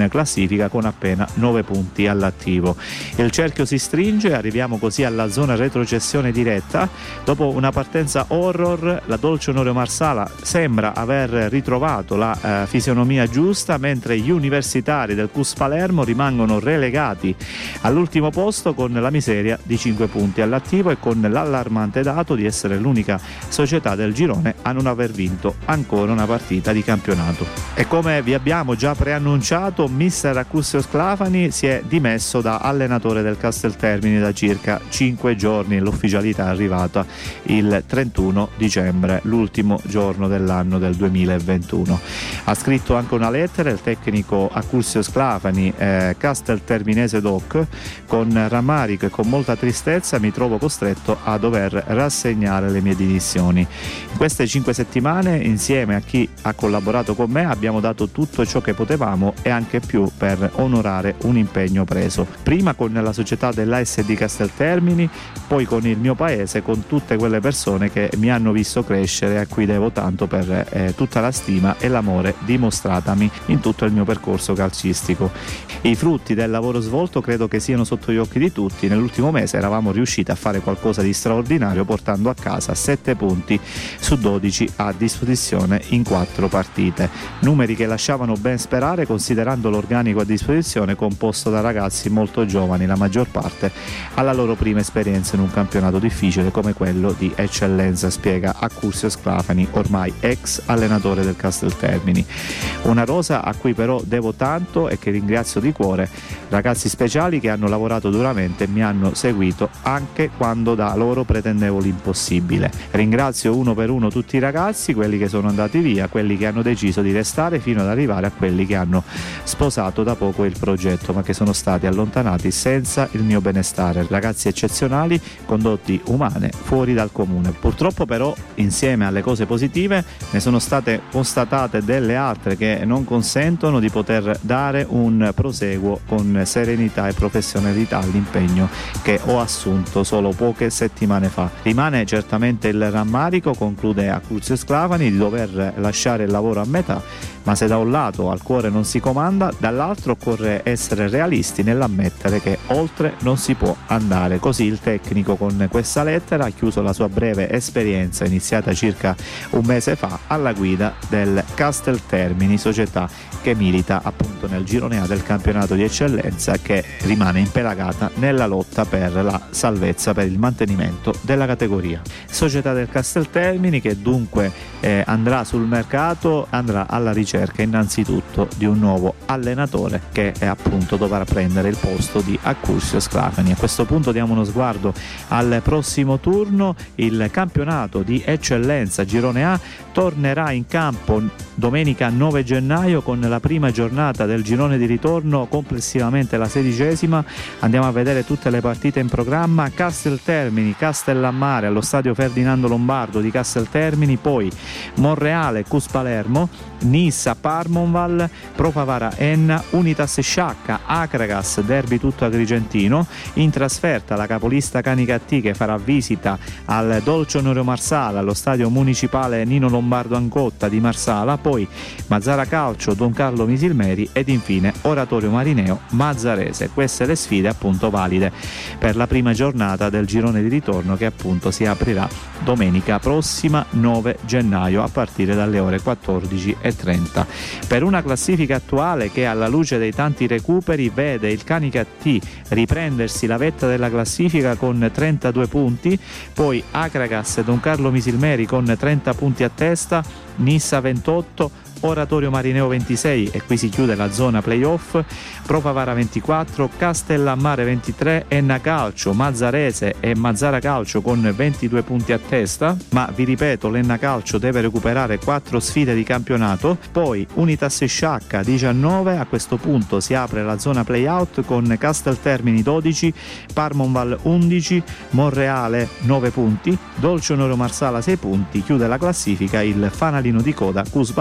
classifica con appena nove punti all'attivo. Il cerchio si stringe, arriviamo così alla zona retrocessione diretta. Dopo una partenza horror, la Dolce Onorio Marsala sembra aver ritrovato la eh, fisionomia giusta, mentre gli universitari del C U S Palermo rimangono relegati all'ultimo posto con la miseria di cinque punti all'attivo e con l'allarmante dato di essere l'unica società del girone a non aver vinto ancora una partita di campionato. E come vi abbiamo già preannunciato, mister Accusio Sclafani si è dimesso da allenatore del Casteltermini da circa cinque giorni. L'ufficialità è arrivata il trentuno dicembre, l'ultimo giorno dell'anno del duemilaventuno. Ha scritto anche una lettera il tecnico Accusio Sclafani, eh, Castelterminese doc: con rammarico e con molta tristezza mi trovo costretto a dover rassegnare le mie dimissioni. In queste cinque settimane, insieme a chi ha collaborato con me, abbiamo dato tutto ciò che potevamo e anche più per onorare un impegno preso, prima con la società dell'A S D Casteltermini, poi con il mio paese, con tutte quelle persone che mi hanno visto crescere e a cui devo tanto per eh, tutta la stima e l'amore dimostratami in tutto il mio percorso calcistico. I frutti del lavoro svolto credo che siano sotto gli occhi di tutti. Nell'ultimo mese eravamo riusciti a fare qualcosa di straordinario, portando a casa sette punti su dodici a disposizione in quattro partite, numeri che lasciavano ben sperare considerando l'organico a disposizione composto da ragazzi molto giovani, la maggior parte alla loro prima esperienza in un campionato difficile come quello di eccellenza, spiega Accusio Sclafani, ormai ex allenatore del Casteltermini. Una rosa a cui però devo tanto e che ringrazio di cuore, ragazzi speciali che hanno lavorato duramente e mi hanno seguito anche quando da loro pretendevo l'impossibile. Ringrazio uno per uno tutti i ragazzi, quelli che sono andati via, quelli che hanno deciso di restare, fino ad arrivare a quelli che hanno sposato da poco il progetto ma che sono stati allontanati senza il mio benestare. Ragazzi eccezionali, condotti umane fuori dal comune. Purtroppo però, insieme alle cose positive, ne sono state constatate delle altre che non consentono di poter dare un proseguo con serenità e professionalità all'impegno che ho assunto solo poche settimane fa. Rimane certamente il rammarico, conclude Accusio Sclafani, di dover lasciare il lavoro a metà, ma se da un lato al cuore non si comanda, dall'altro occorre essere realisti nell'ammettere che oltre non si può andare. Così il tecnico con questa lettera ha chiuso la sua breve esperienza iniziata circa un mese fa alla guida del Casteltermini, società che milita appunto nel girone A del campionato di eccellenza, che rimane impelagata nella lotta per la salvezza, per il mantenimento della categoria. Società del Casteltermini che dunque eh, andrà sul mercato, andrà alla ricerca innanzitutto di un nuovo allenatore che eh, appunto dovrà prendere il posto di Accusio Sclafani. A questo punto diamo uno sguardo al prossimo turno. Il campionato di eccellenza girone A tornerà in campo domenica nove gennaio con la prima giornata del girone di ritorno, complessivamente la sedicesima. Andiamo a vedere tutte le partite in programma: Casteltermini Castellammare allo stadio Ferdinando Lombardo di Casteltermini, poi Monreale C U S Palermo, Nissa Parmonval, Pro Favara Enna, Unitas Sciacca Acragas, derby tutto agrigentino. In trasferta la capolista Canicattì che farà visita al Dolce Onorio Marsala allo stadio municipale Nino Lombardo Ancotta di Marsala, poi Mazzara Calcio Don Carlo Misilmeri ed infine Oratorio Marineo Mazzarese. Queste le sfide appunto valide per la prima giornata del girone di ritorno che appunto si aprirà domenica prossima nove gennaio a partire dalle ore quattordici e trenta. Per una classifica attuale che alla luce dei tanti recuperi vede il Canicattì riprendersi la vetta della classifica con trentadue punti, poi Acragas e Don Carlo Misilmeri con trenta punti a testa, Nissa ventotto, Oratorio Marineo ventisei e qui si chiude la zona playoff, Pro Favara ventiquattro, Castellammare ventitré, Enna Calcio, Mazzarese e Mazzara Calcio con ventidue punti a testa, ma vi ripeto l'Enna Calcio deve recuperare quattro sfide di campionato, poi Unitas Sciacca diciannove, a questo punto si apre la zona playout con Casteltermini dodici, Parmonval undici, Monreale nove punti, Dolce Onorio Marsala sei punti, chiude la classifica il fanalino di coda C U S Palermo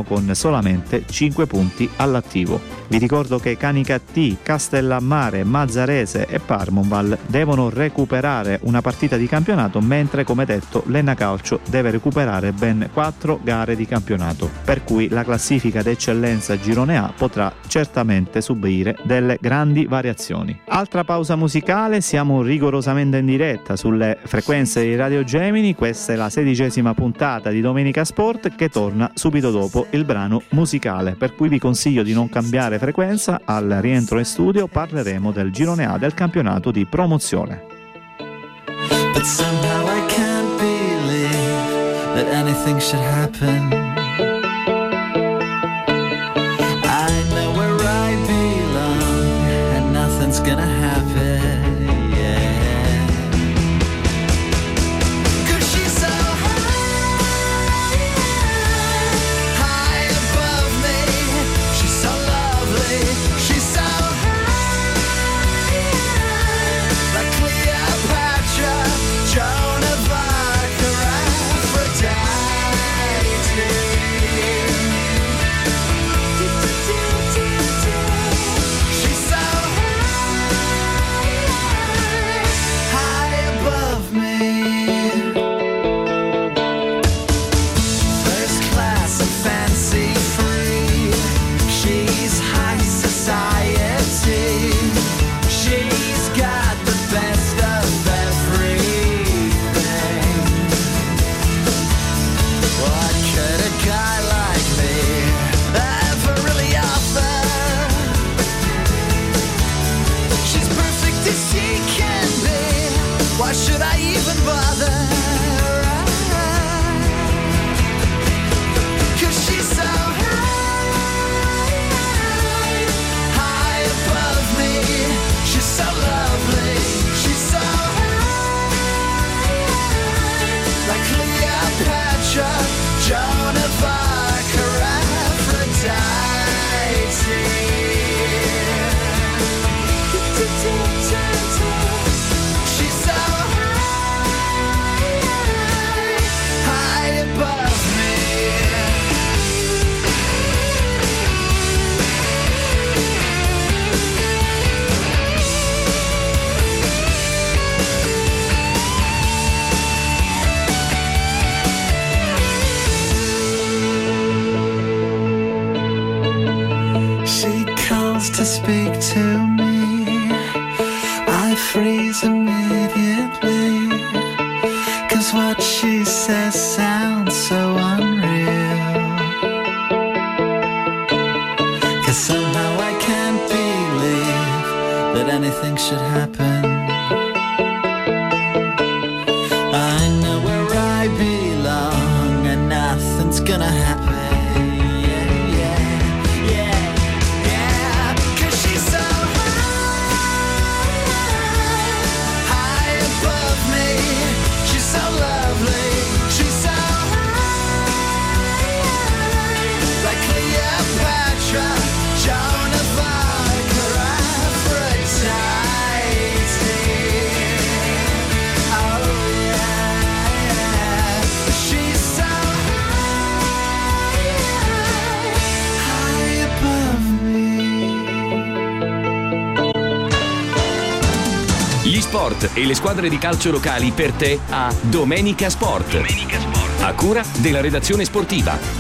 con solamente cinque punti all'attivo. Vi ricordo che Canicattì, Castellammare, Mazzarese e Parmonval devono recuperare una partita di campionato, mentre, come detto, l'Enna Calcio deve recuperare ben quattro gare di campionato, per cui la classifica d'eccellenza Girone A potrà certamente subire delle grandi variazioni. Altra pausa musicale, siamo rigorosamente in diretta sulle frequenze di Radio Gemini. Questa è la sedicesima puntata di Domenica Sport, che torna subito dopo il brano musicale, per cui vi consiglio di non cambiare frequenza. Al rientro in studio parleremo del Girone A del campionato di promozione. But somehow I can't believe that anything should happen. I know where I belong and nothing's gonna happen. Why should I even bother? Cause she's so high, high above me. She's so lovely. She's so high, like Cleopatra, Joan of Arc, or Aphrodite. She's so to speak to me, I freeze immediately, cause what she says sounds so unreal. Cause somehow I can't believe that anything should happen. I know where I belong and nothing's gonna happen. Sport e le squadre di calcio locali per te a Domenica Sport. Domenica Sport. A cura della redazione sportiva.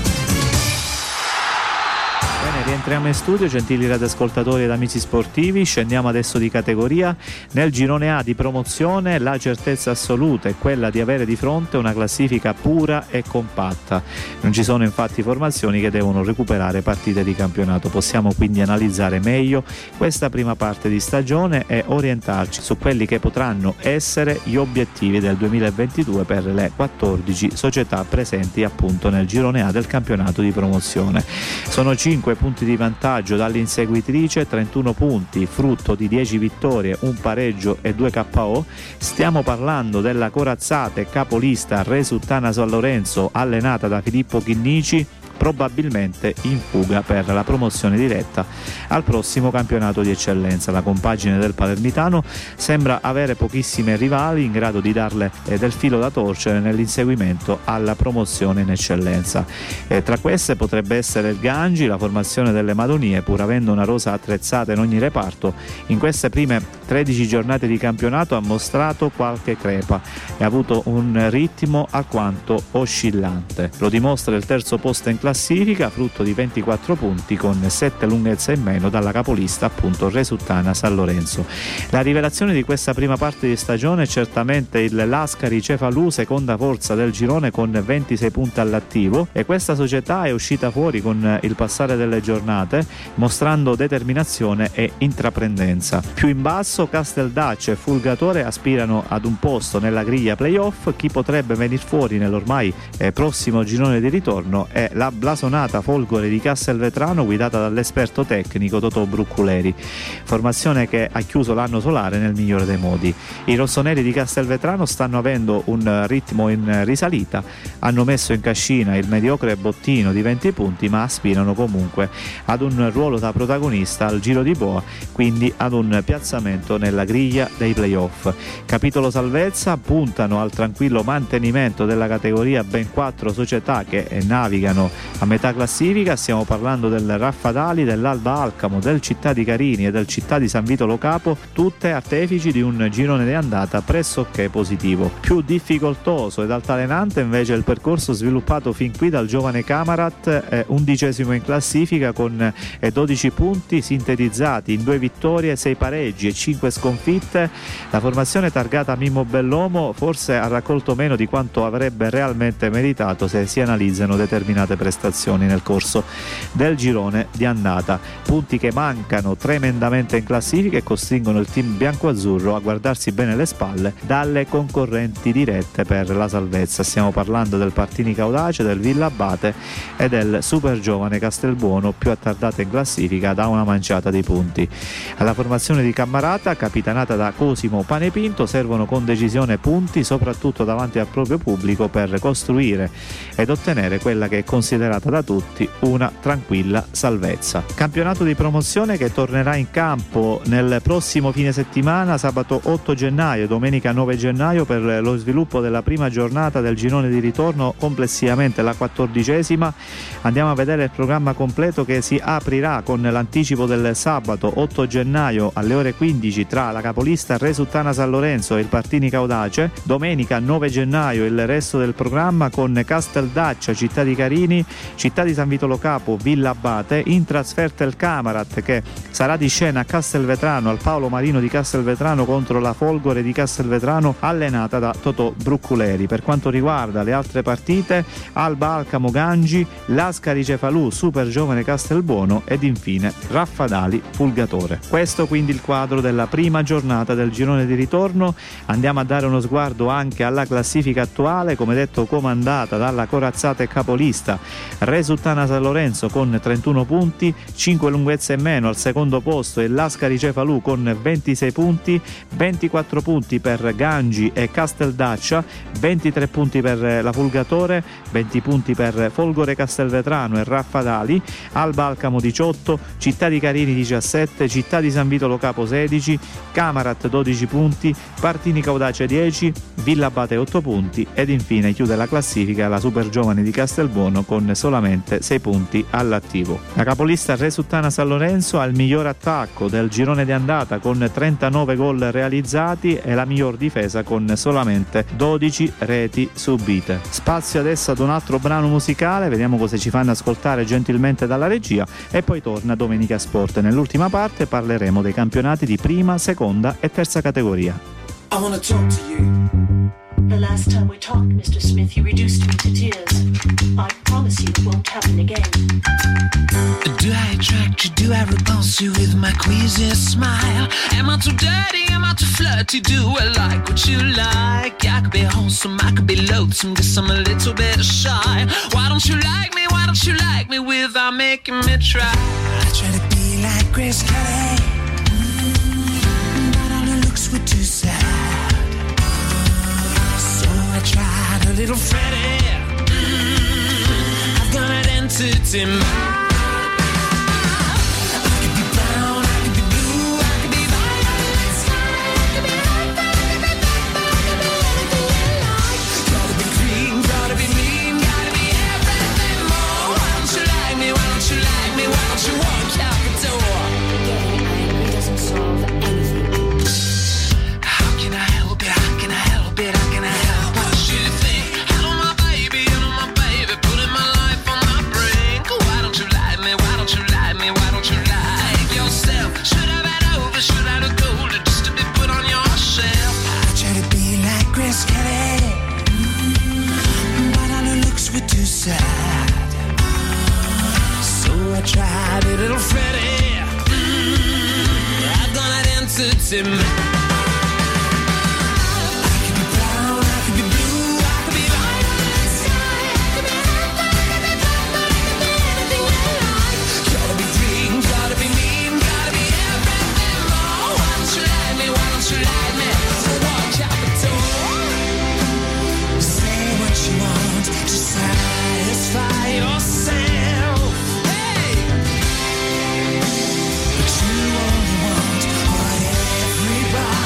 Bene, rientriamo in studio, gentili radioascoltatori ed amici sportivi. Scendiamo adesso di categoria. Nel girone A di promozione la certezza assoluta è quella di avere di fronte una classifica pura e compatta. Non ci sono infatti formazioni che devono recuperare partite di campionato. Possiamo quindi analizzare meglio questa prima parte di stagione e orientarci su quelli che potranno essere gli obiettivi del duemilaventidue per le quattordici società presenti appunto nel girone A del campionato di promozione. Sono cinque punti di vantaggio dall'inseguitrice, trentuno punti, frutto di dieci vittorie, un pareggio e due K O. Stiamo parlando della corazzata e capolista Resuttana San Lorenzo, allenata da Filippo Chinnici, probabilmente in fuga per la promozione diretta al prossimo campionato di eccellenza. La compagine del palermitano sembra avere pochissime rivali in grado di darle eh, del filo da torcere nell'inseguimento alla promozione in eccellenza. Eh, tra queste potrebbe essere il Gangi. La formazione delle Madonie, pur avendo una rosa attrezzata in ogni reparto, in queste prime tredici giornate di campionato ha mostrato qualche crepa e ha avuto un ritmo alquanto oscillante. Lo dimostra il terzo posto in classifica, frutto di ventiquattro punti con sette lunghezze in meno dalla capolista appunto Resuttana San Lorenzo. La rivelazione di questa prima parte di stagione è certamente il Lascari Cefalù, seconda forza del girone con ventisei punti all'attivo, e questa società è uscita fuori con il passare delle giornate mostrando determinazione e intraprendenza. Più in basso Casteldaccia e Fulgatore aspirano ad un posto nella griglia playoff. Chi potrebbe venire fuori nell'ormai eh, prossimo girone di ritorno è la blasonata Folgore di Castelvetrano, guidata dall'esperto tecnico Totò Brucculeri, formazione che ha chiuso l'anno solare nel migliore dei modi. I rossoneri di Castelvetrano stanno avendo un ritmo in risalita, hanno messo in cascina il mediocre bottino di venti punti, ma aspirano comunque ad un ruolo da protagonista al giro di boa, quindi ad un piazzamento nella griglia dei playoff. Capitolo salvezza: puntano al tranquillo mantenimento della categoria ben quattro società che navigano a metà classifica. Stiamo parlando del Raffadali, dell'Alba Alcamo, del Città di Carini e del Città di San Vito Lo Capo, tutte artefici di un girone di andata pressoché positivo. Più difficoltoso ed altalenante invece il percorso sviluppato fin qui dal giovane Camarat, eh, undicesimo in classifica con eh, dodici punti sintetizzati in due vittorie, sei pareggi e cinque sconfitte. La formazione targata Mimmo Bellomo forse ha raccolto meno di quanto avrebbe realmente meritato se si analizzano determinate prestazioni nel corso del girone di andata. Punti che mancano tremendamente in classifica e costringono il team biancoazzurro a guardarsi bene le spalle dalle concorrenti dirette per la salvezza. Stiamo parlando del Partini Caudace, del Villa Abate e del super giovane Castelbuono, più attardata in classifica da una manciata di punti. Alla formazione di Cammarata, capitanata da Cosimo Panepinto, servono con decisione punti soprattutto davanti al proprio pubblico per costruire ed ottenere quella che è considerata da tutti una tranquilla salvezza. Campionato di promozione che tornerà in campo nel prossimo fine settimana, sabato otto gennaio e domenica nove gennaio, per lo sviluppo della prima giornata del girone di ritorno, complessivamente la quattordicesima. Andiamo a vedere il programma completo, che si aprirà con l'anticipo del sabato otto gennaio alle ore quindici tra la capolista Resuttana San Lorenzo e il Partini Caudace. Domenica nove gennaio il resto del programma con Casteldaccia, Città di Carini, Città di San Vito Lo Capo, Villa Abate. In trasferta il Camarat, che sarà di scena a Castelvetrano al Paolo Marino di Castelvetrano contro la Folgore di Castelvetrano, allenata da Totò Brucculeri. Per quanto riguarda le altre partite, Alba Alcamo Gangi, Lascari Cefalù Super Giovane Castelbuono ed infine Raffadali Fulgatore. Questo quindi il quadro della prima giornata del girone di ritorno. Andiamo a dare uno sguardo anche alla classifica attuale, come detto comandata dalla corazzata e capolista Resuttana San Lorenzo con trentuno punti, cinque lunghezze in meno al secondo posto e Lascari Cefalù con ventisei punti, ventiquattro punti per Gangi e Casteldaccia, ventitré punti per la Fulgatore, venti punti per Folgore Castelvetrano e Raffadali, Alba Alcamo diciotto, Città di Carini diciassette, Città di San Vito Lo Capo sedici, Camarat dodici punti, Partini Caudace dieci, Villa Abate otto punti ed infine chiude la classifica la Super Giovane di Castelbuono con solamente sei punti all'attivo. La capolista Resuttana San Lorenzo ha il miglior attacco del girone di andata con trentanove gol realizzati e la miglior difesa con solamente dodici reti subite. Spazio adesso ad un altro brano musicale, vediamo cosa ci fanno ascoltare gentilmente dalla regia e poi torna Domenica Sport. Nell'ultima parte parleremo dei campionati di prima, seconda e terza categoria. I wanna talk to you. The last time we talked, Mister Smith, you reduced me to tears. I promise you it won't happen again. Do I attract you? Do I repulse you with my queasy smile? Am I too dirty? Am I too flirty? Do I like what you like? I could be wholesome, I could be loathsome, guess I'm a little bit shy. Why don't you like me? Why don't you like me without making me try? I try to be like Grace Kelly, mm, but all her looks were too sad. So I tried a little Freddie. Mm, I've got an identity mine. So I tried a little Freddy. Mm, I've got an entity mind. Everybody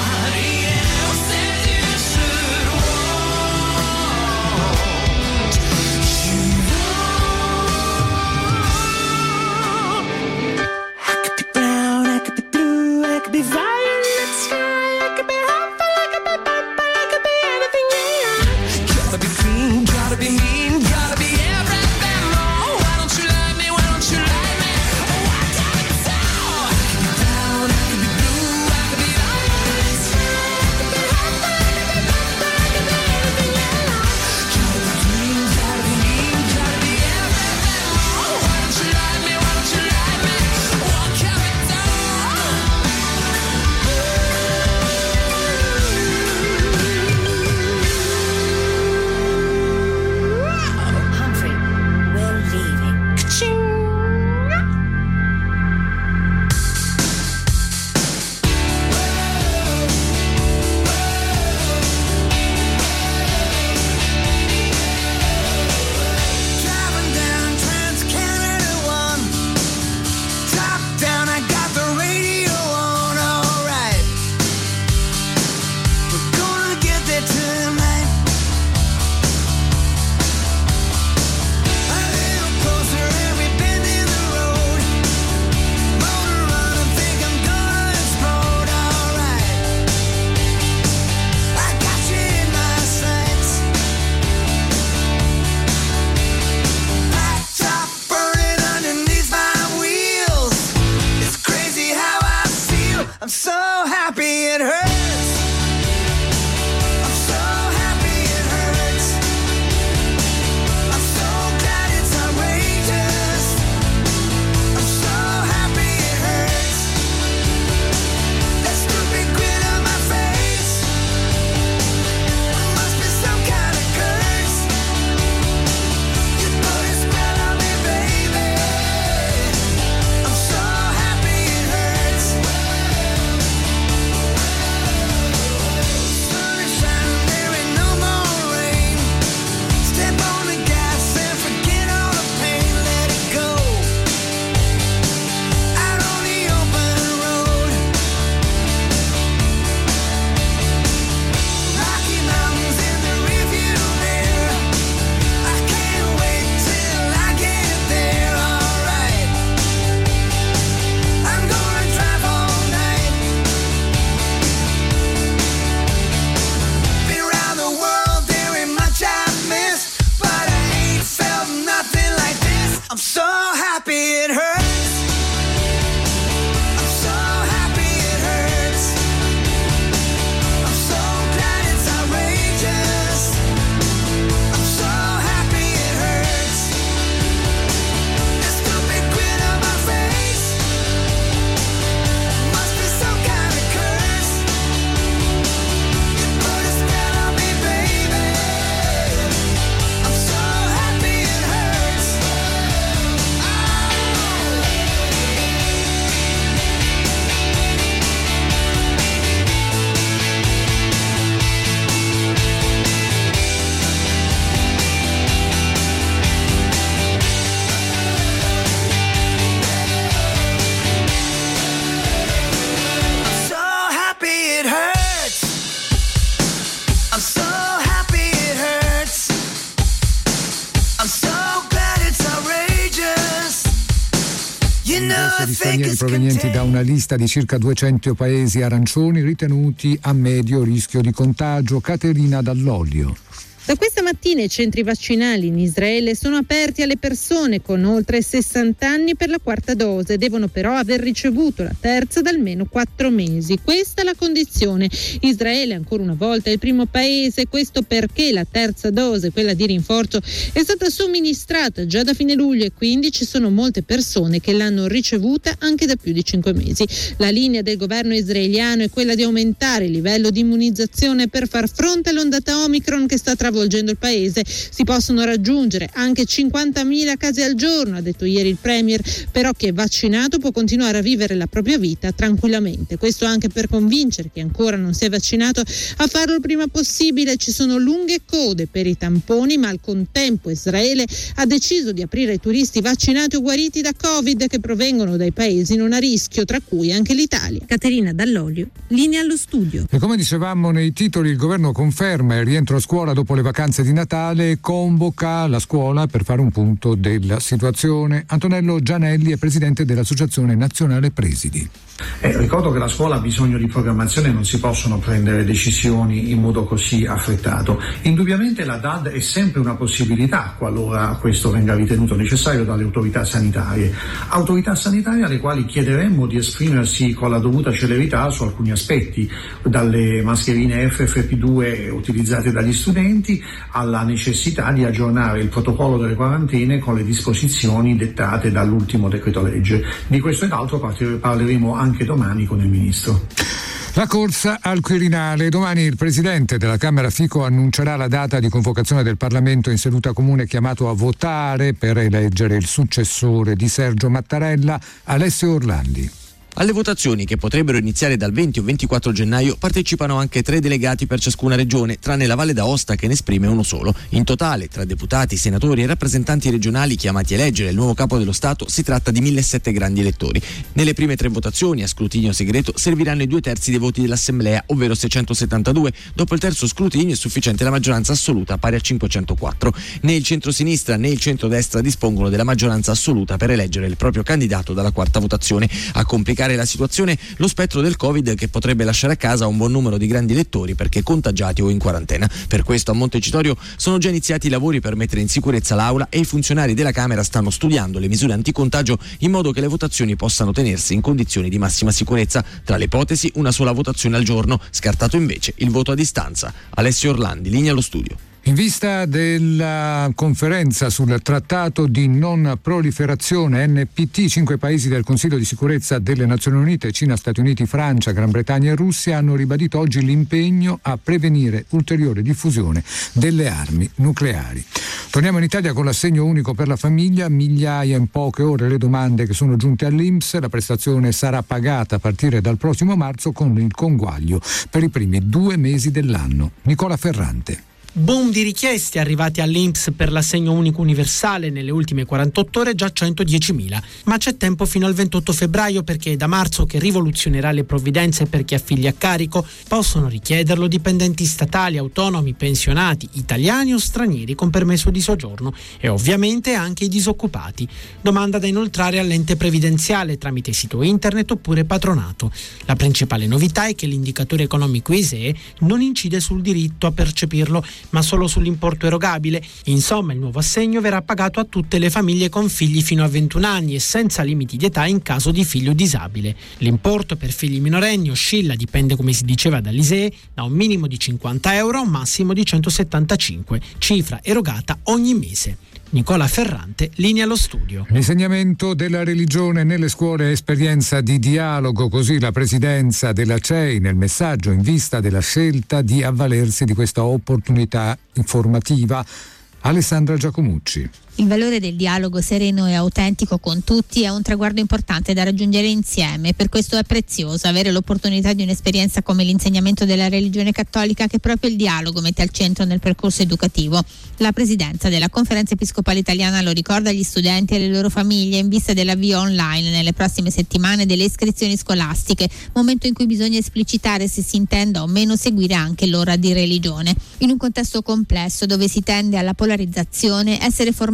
di stranieri provenienti da una lista di circa duecento paesi arancioni ritenuti a medio rischio di contagio. Caterina Dall'Olio. Da questa mattina i centri vaccinali in Israele sono aperti alle persone con oltre sessanta anni per la quarta dose. Devono però aver ricevuto la terza da almeno quattro mesi. Questa è la condizione. Israele ancora una volta è il primo paese, questo perché la terza dose, quella di rinforzo, è stata somministrata già da fine luglio e quindi ci sono molte persone che l'hanno ricevuta anche da più di cinque mesi. La linea del governo israeliano è quella di aumentare il livello di immunizzazione per far fronte all'ondata Omicron che sta travolgendo il paese. Si possono raggiungere anche cinquantamila casi al giorno, ha detto ieri il premier, però chi è vaccinato può continuare a vivere la propria vita tranquillamente. Questo anche per convincere chi ancora non si è vaccinato a farlo il prima possibile. Ci sono lunghe code per i tamponi, ma al contempo Israele ha deciso di aprire ai turisti vaccinati o guariti da Covid che provengono dai paesi non a rischio, tra cui anche l'Italia. Caterina Dall'Olio, linea allo studio. E come dicevamo nei titoli, il governo conferma il rientro a scuola dopo le vacanze di Natale, convoca la scuola per fare un punto della situazione. Antonello Gianelli è presidente dell'Associazione Nazionale Presidi. Eh, ricordo che la scuola ha bisogno di programmazione e non si possono prendere decisioni in modo così affrettato. Indubbiamente la D A D è sempre una possibilità qualora questo venga ritenuto necessario dalle autorità sanitarie. Autorità sanitarie alle quali chiederemmo di esprimersi con la dovuta celerità su alcuni aspetti, dalle mascherine F F P due utilizzate dagli studenti alla necessità di aggiornare il protocollo delle quarantene con le disposizioni dettate dall'ultimo decreto legge. Di questo ed altro parleremo anche domani con il Ministro. La corsa al Quirinale. Domani il presidente della Camera Fico annuncerà la data di convocazione del Parlamento in seduta comune chiamato a votare per eleggere il successore di Sergio Mattarella, Alessio Orlandi. Alle votazioni, che potrebbero iniziare dal venti o ventiquattro gennaio, partecipano anche tre delegati per ciascuna regione, tranne la Valle d'Aosta che ne esprime uno solo. In totale, tra deputati, senatori e rappresentanti regionali chiamati a eleggere il nuovo capo dello Stato, si tratta di millesettecento grandi elettori. Nelle prime tre votazioni, a scrutinio segreto, serviranno i due terzi dei voti dell'Assemblea, ovvero seicentosettantadue. Dopo il terzo scrutinio è sufficiente la maggioranza assoluta, pari a cinquecentoquattro. Né il centro-sinistra né il centro-destra dispongono della maggioranza assoluta per eleggere il proprio candidato dalla quarta votazione. A complicare la situazione lo spettro del Covid, che potrebbe lasciare a casa un buon numero di grandi elettori perché contagiati o in quarantena. Per questo a Montecitorio sono già iniziati i lavori per mettere in sicurezza l'aula e i funzionari della Camera stanno studiando le misure anticontagio in modo che le votazioni possano tenersi in condizioni di massima sicurezza. Tra le ipotesi, una sola votazione al giorno, scartato invece il voto a distanza. Alessio Orlandi, linea allo studio. In vista della conferenza sul trattato di non proliferazione N P T, cinque paesi del Consiglio di sicurezza delle Nazioni Unite, Cina, Stati Uniti, Francia, Gran Bretagna e Russia, hanno ribadito oggi l'impegno a prevenire ulteriore diffusione delle armi nucleari. Torniamo in Italia con l'assegno unico per la famiglia, migliaia in poche ore le domande che sono giunte all'I N P S, la prestazione sarà pagata a partire dal prossimo marzo con il conguaglio per i primi due mesi dell'anno. Nicola Ferrante. Boom di richieste arrivati all'I N P S per l'assegno unico universale nelle ultime quarantotto ore, già centodiecimila. Ma c'è tempo fino al ventotto febbraio perché è da marzo che rivoluzionerà le provvidenze per chi ha figli a carico. Possono richiederlo dipendenti statali, autonomi, pensionati, italiani o stranieri con permesso di soggiorno e ovviamente anche i disoccupati. Domanda da inoltrare all'ente previdenziale tramite sito internet oppure patronato. La principale novità è che l'indicatore economico I S E E non incide sul diritto a percepirlo, ma solo sull'importo erogabile. Insomma, il nuovo assegno verrà pagato a tutte le famiglie con figli fino a ventuno anni e senza limiti di età in caso di figlio disabile. L'importo per figli minorenni oscilla, dipende come si diceva dall'I S E E, da un minimo di cinquanta euro a un massimo di centosettantacinque, cifra erogata ogni mese. Nicola Ferrante, linea allo studio. L'insegnamento della religione nelle scuole è esperienza di dialogo, così la presidenza della C E I nel messaggio in vista della scelta di avvalersi di questa opportunità informativa. Alessandra Giacomucci. Il valore del dialogo sereno e autentico con tutti è un traguardo importante da raggiungere insieme. Per questo è prezioso avere l'opportunità di un'esperienza come l'insegnamento della religione cattolica, che proprio il dialogo mette al centro nel percorso educativo. La presidenza della Conferenza Episcopale Italiana lo ricorda agli studenti e alle loro famiglie in vista dell'avvio online nelle prossime settimane delle iscrizioni scolastiche, momento in cui bisogna esplicitare se si intenda o meno seguire anche l'ora di religione. In un contesto complesso dove si tende alla polarizzazione, essere formati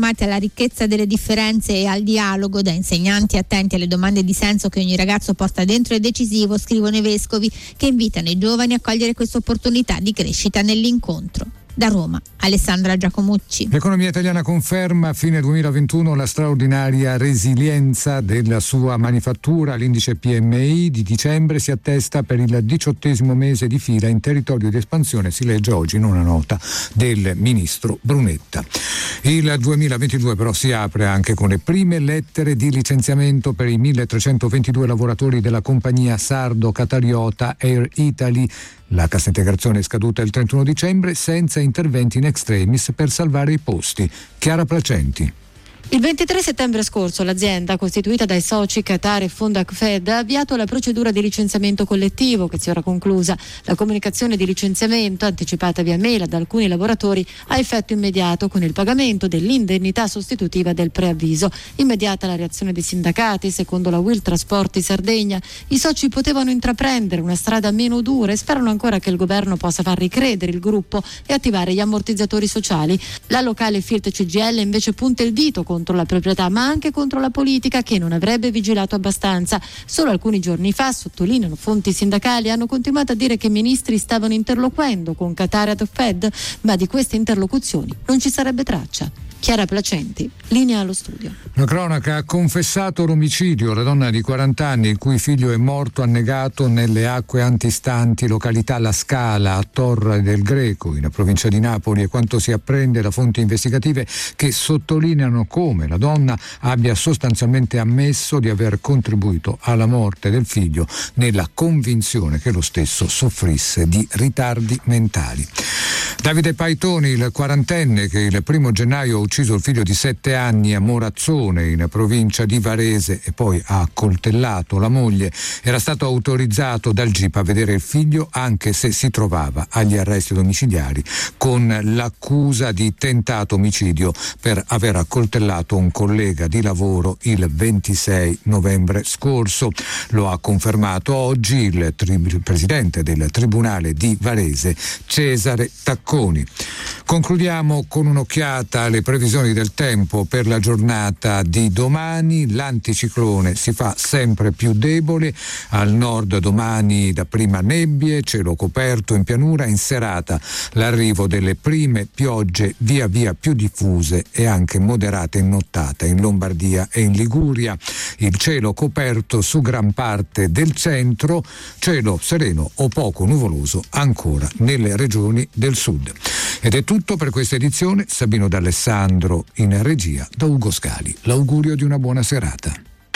chiamati alla ricchezza delle differenze e al dialogo. Da insegnanti attenti alle domande di senso che ogni ragazzo porta dentro è decisivo, scrivono i vescovi, che invitano i giovani a cogliere questa opportunità di crescita nell'incontro. Da Roma, Alessandra Giacomucci. L'economia italiana conferma a fine duemilaventuno la straordinaria resilienza della sua manifattura. L'indice P M I di dicembre si attesta per il diciottesimo mese di fila in territorio di espansione, si legge oggi in una nota del ministro Brunetta. Il duemilaventidue però si apre anche con le prime lettere di licenziamento per i milletrecentoventidue lavoratori della compagnia sardo-catariota Air Italy. La cassa integrazione è scaduta il trentuno dicembre senza interventi in extremis per salvare i posti. Chiara Placenti. Il ventitré settembre scorso l'azienda, costituita dai soci Qatar e Fondac Fed, ha avviato la procedura di licenziamento collettivo che si è ora conclusa. La comunicazione di licenziamento, anticipata via mail ad alcuni lavoratori, ha effetto immediato con il pagamento dell'indennità sostitutiva del preavviso. Immediata la reazione dei sindacati. Secondo la Will Trasporti Sardegna, i soci potevano intraprendere una strada meno dura e sperano ancora che il governo possa far ricredere il gruppo e attivare gli ammortizzatori sociali. La locale Fiat C G I L invece punta il dito con contro la proprietà, ma anche contro la politica che non avrebbe vigilato abbastanza. Solo alcuni giorni fa, sottolineano fonti sindacali, hanno continuato a dire che i ministri stavano interloquendo con Qatar e Fed, ma di queste interlocuzioni non ci sarebbe traccia. Chiara Placenti, linea allo studio. La cronaca ha confessato l'omicidio. La donna di quaranta anni, il cui figlio è morto annegato nelle acque antistanti, località La Scala, a Torre del Greco, in provincia di Napoli, e quanto si apprende da fonti investigative che sottolineano come la donna abbia sostanzialmente ammesso di aver contribuito alla morte del figlio nella convinzione che lo stesso soffrisse di ritardi mentali. Davide Paitoni, il quarantenne che il primo gennaio ha ucciso il figlio di sette anni a Morazzone, in provincia di Varese, e poi ha accoltellato la moglie, era stato autorizzato dal G I P a vedere il figlio anche se si trovava agli arresti domiciliari con l'accusa di tentato omicidio per aver accoltellato un collega di lavoro il ventisei novembre scorso. Lo ha confermato oggi il, tri- il presidente del Tribunale di Varese, Cesare Tacconi. Concludiamo con un'occhiata alle previsioni del tempo per la giornata di domani. L'anticiclone si fa sempre più debole. Al nord domani dapprima nebbie, cielo coperto in pianura. In serata l'arrivo delle prime piogge via via più diffuse e anche moderate in nottata in Lombardia e in Liguria. Il cielo coperto su gran parte del centro, cielo sereno o poco nuvoloso ancora nelle regioni del sud. Ed è tutto per questa edizione. Sabino D'Alessandro in regia, da Ugo Scali. L'augurio di una buona serata.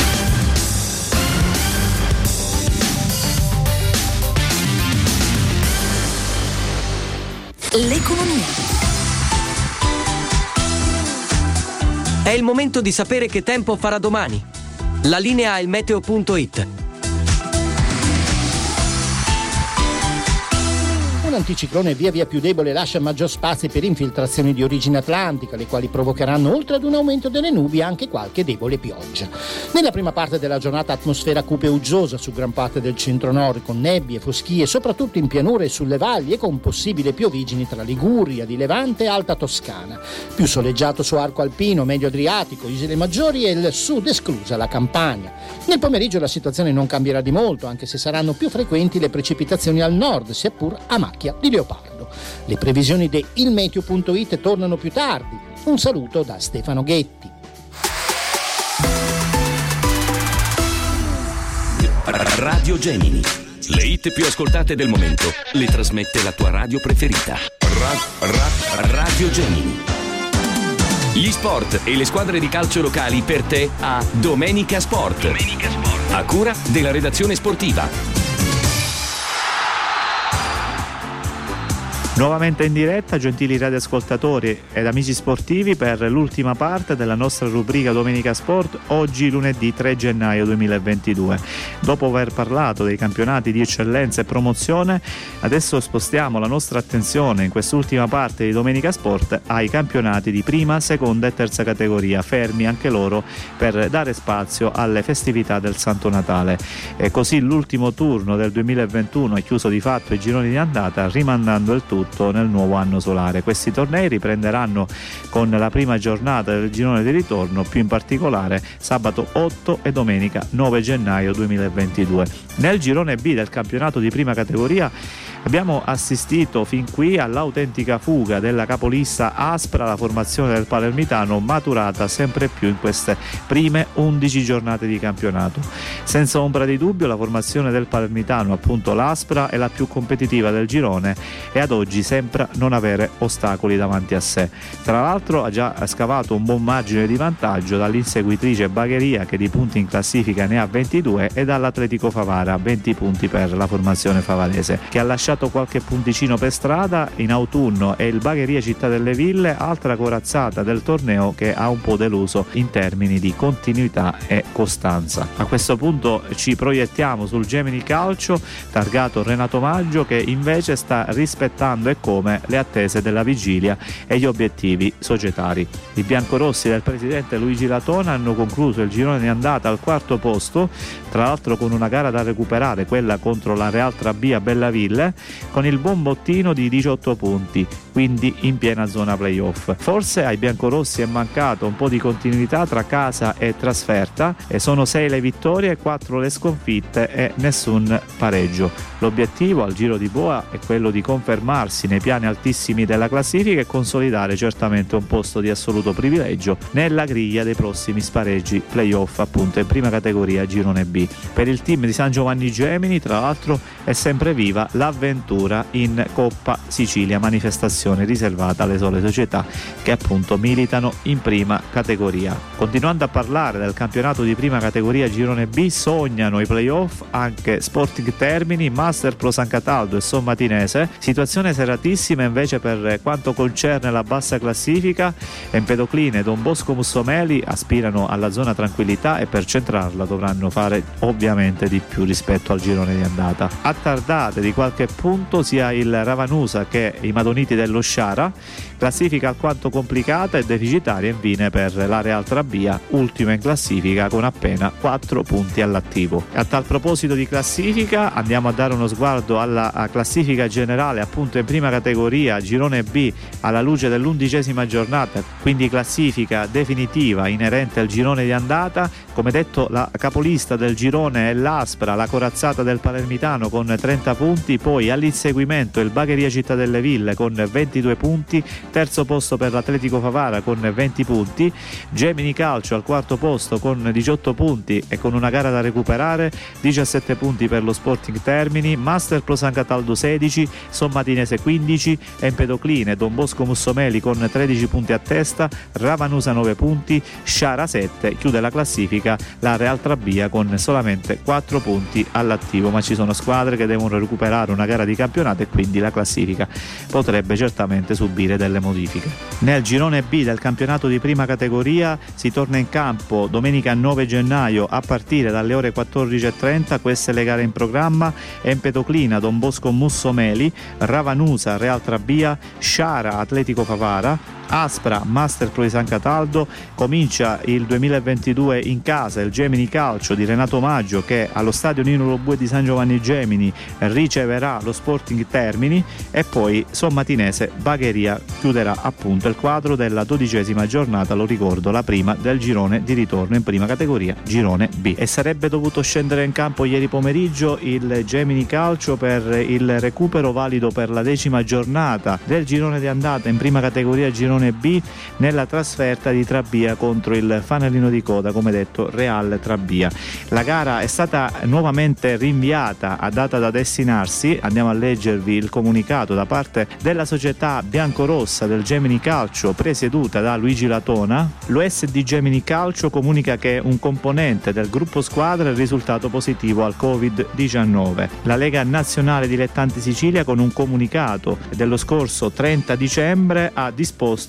L'economia. È il momento di sapere che tempo farà domani. La linea è il meteo punto it. Un anticiclone via via più debole lascia maggior spazio per infiltrazioni di origine atlantica, le quali provocheranno, oltre ad un aumento delle nubi, anche qualche debole pioggia. Nella prima parte della giornata atmosfera cupa e uggiosa su gran parte del centro-nord, con nebbie, foschie, soprattutto in pianure e sulle valli, e con possibili piovigini tra Liguria, di Levante e Alta Toscana. Più soleggiato su arco alpino, medio Adriatico, isole maggiori e il sud, esclusa la Campania. Nel pomeriggio la situazione non cambierà di molto, anche se saranno più frequenti le precipitazioni al nord, sia pur a macchia di leopardo. Le previsioni di il meteo punto it tornano più tardi. Un saluto da Stefano Ghetti. Radio Gemini, le hit più ascoltate del momento le trasmette la tua radio preferita. Ra- ra- Radio Gemini. Gli sport e le squadre di calcio locali per te a Domenica Sport. Domenica Sport. A cura della redazione sportiva. Nuovamente in diretta, gentili radioascoltatori ed amici sportivi, per l'ultima parte della nostra rubrica Domenica Sport, oggi lunedì tre gennaio duemilaventidue. Dopo aver parlato dei campionati di eccellenza e promozione, adesso spostiamo la nostra attenzione in quest'ultima parte di Domenica Sport ai campionati di prima, seconda e terza categoria, fermi anche loro per dare spazio alle festività del Santo Natale. E così l'ultimo turno del duemilaventuno è chiuso di fatto i gironi di andata, rimandando il turno soprattutto nel nuovo anno solare. Questi tornei riprenderanno con la prima giornata del girone di ritorno, più in particolare sabato otto e domenica nove gennaio duemilaventidue. Nel girone B del campionato di prima categoria abbiamo assistito fin qui all'autentica fuga della capolista Aspra, la formazione del Palermitano maturata sempre più in queste prime undici giornate di campionato. Senza ombra di dubbio la formazione del Palermitano, appunto l'Aspra, è la più competitiva del girone e ad oggi sembra non avere ostacoli davanti a sé. Tra l'altro ha già scavato un buon margine di vantaggio dall'inseguitrice Bagheria, che di punti in classifica ne ha ventidue, e dall'Atletico Favara, venti punti per la formazione favarese, che ha lasciato qualche punticino per strada in autunno, e il Bagheria Città delle Ville, altra corazzata del torneo che ha un po' deluso in termini di continuità e costanza. A questo punto ci proiettiamo sul Gemini Calcio, targato Renato Maggio, che invece sta rispettando e come le attese della vigilia e gli obiettivi societari. I biancorossi del presidente Luigi Latona hanno concluso il girone di andata al quarto posto, tra l'altro con una gara da recuperare, quella contro la Real Trabia Bellaville, con il buon bottino di diciotto punti, quindi in piena zona playoff. Forse ai biancorossi è mancato un po' di continuità tra casa e trasferta, e sono sei le vittorie, quattro le sconfitte e nessun pareggio. L'obiettivo al giro di boa è quello di confermarsi nei piani altissimi della classifica e consolidare certamente un posto di assoluto privilegio nella griglia dei prossimi spareggi playoff, appunto in prima categoria girone B. Per il team di San Giovanni Gemini, tra l'altro, è sempre viva l'avventura in Coppa Sicilia, manifestazione riservata alle sole società che appunto militano in prima categoria. Continuando a parlare del campionato di prima categoria girone B, sognano i playoff anche Sporting Termini, Master Pro San Cataldo e Sommatinese. Situazione seratissima invece per quanto concerne la bassa classifica. Empedocline e Don Bosco Mussomeli aspirano alla zona tranquillità e per centrarla dovranno fare ovviamente di più rispetto al girone di andata. Attardate di qualche punto sia il Ravanusa che i Madoniti dello Sciara, classifica alquanto complicata e deficitaria infine per la Real Trabia, ultima in classifica con appena quattro punti all'attivo. E a tal proposito di classifica andiamo a dare uno sguardo alla classifica generale, appunto in prima categoria girone B, alla luce dell'undicesima giornata, quindi classifica definitiva inerente al girone di andata. Come detto, la capolista del girone è l'Aspra, la corazzata del Palermitano con trenta punti, poi all'inseguimento il Bagheria Città delle Ville con ventidue punti, terzo posto per l'Atletico Favara con venti punti, Gemini Calcio al quarto posto con diciotto punti e con una gara da recuperare, diciassette punti per lo Sporting Termini, Master Pro San Cataldo sedici, Sommatinese quindici, Empedocline, Don Bosco Mussomeli con tredici punti a testa, Ravanusa nove punti, Sciara sette, chiude la classifica la Real Trabia con solamente quattro punti all'attivo, ma ci sono squadre che devono recuperare una gara di campionato e quindi la classifica potrebbe certamente subire delle modifiche. Nel girone B del campionato di prima categoria si torna in campo domenica nove gennaio a partire dalle ore quattordici e trenta. Queste le gare in programma: Empedoclina Don Bosco Mussomeli, Ravanusa Real Trabia, Sciara Atletico Favara, Aspra Master Pro di San Cataldo. Comincia il duemilaventidue in casa il Gemini Calcio di Renato Maggio, che allo stadio Nino Lobue di San Giovanni Gemini riceverà lo Sporting Termini, e poi Sommatinese Bagheria chiuderà appunto il quadro della dodicesima giornata, lo ricordo, la prima del girone di ritorno in prima categoria girone B. E sarebbe dovuto scendere in campo ieri pomeriggio il Gemini Calcio per il recupero valido per la decima giornata del girone di andata in prima categoria girone B, nella trasferta di Trabia contro il fanalino di coda, come detto Real Trabia. La gara è stata nuovamente rinviata a data da destinarsi. Andiamo a leggervi il comunicato da parte della società biancorossa del Gemini Calcio presieduta da Luigi Latona. L'U S D Gemini Calcio comunica che un componente del gruppo squadra è risultato positivo al covid diciannove. La Lega Nazionale Dilettanti Sicilia, con un comunicato dello scorso trenta dicembre, ha disposto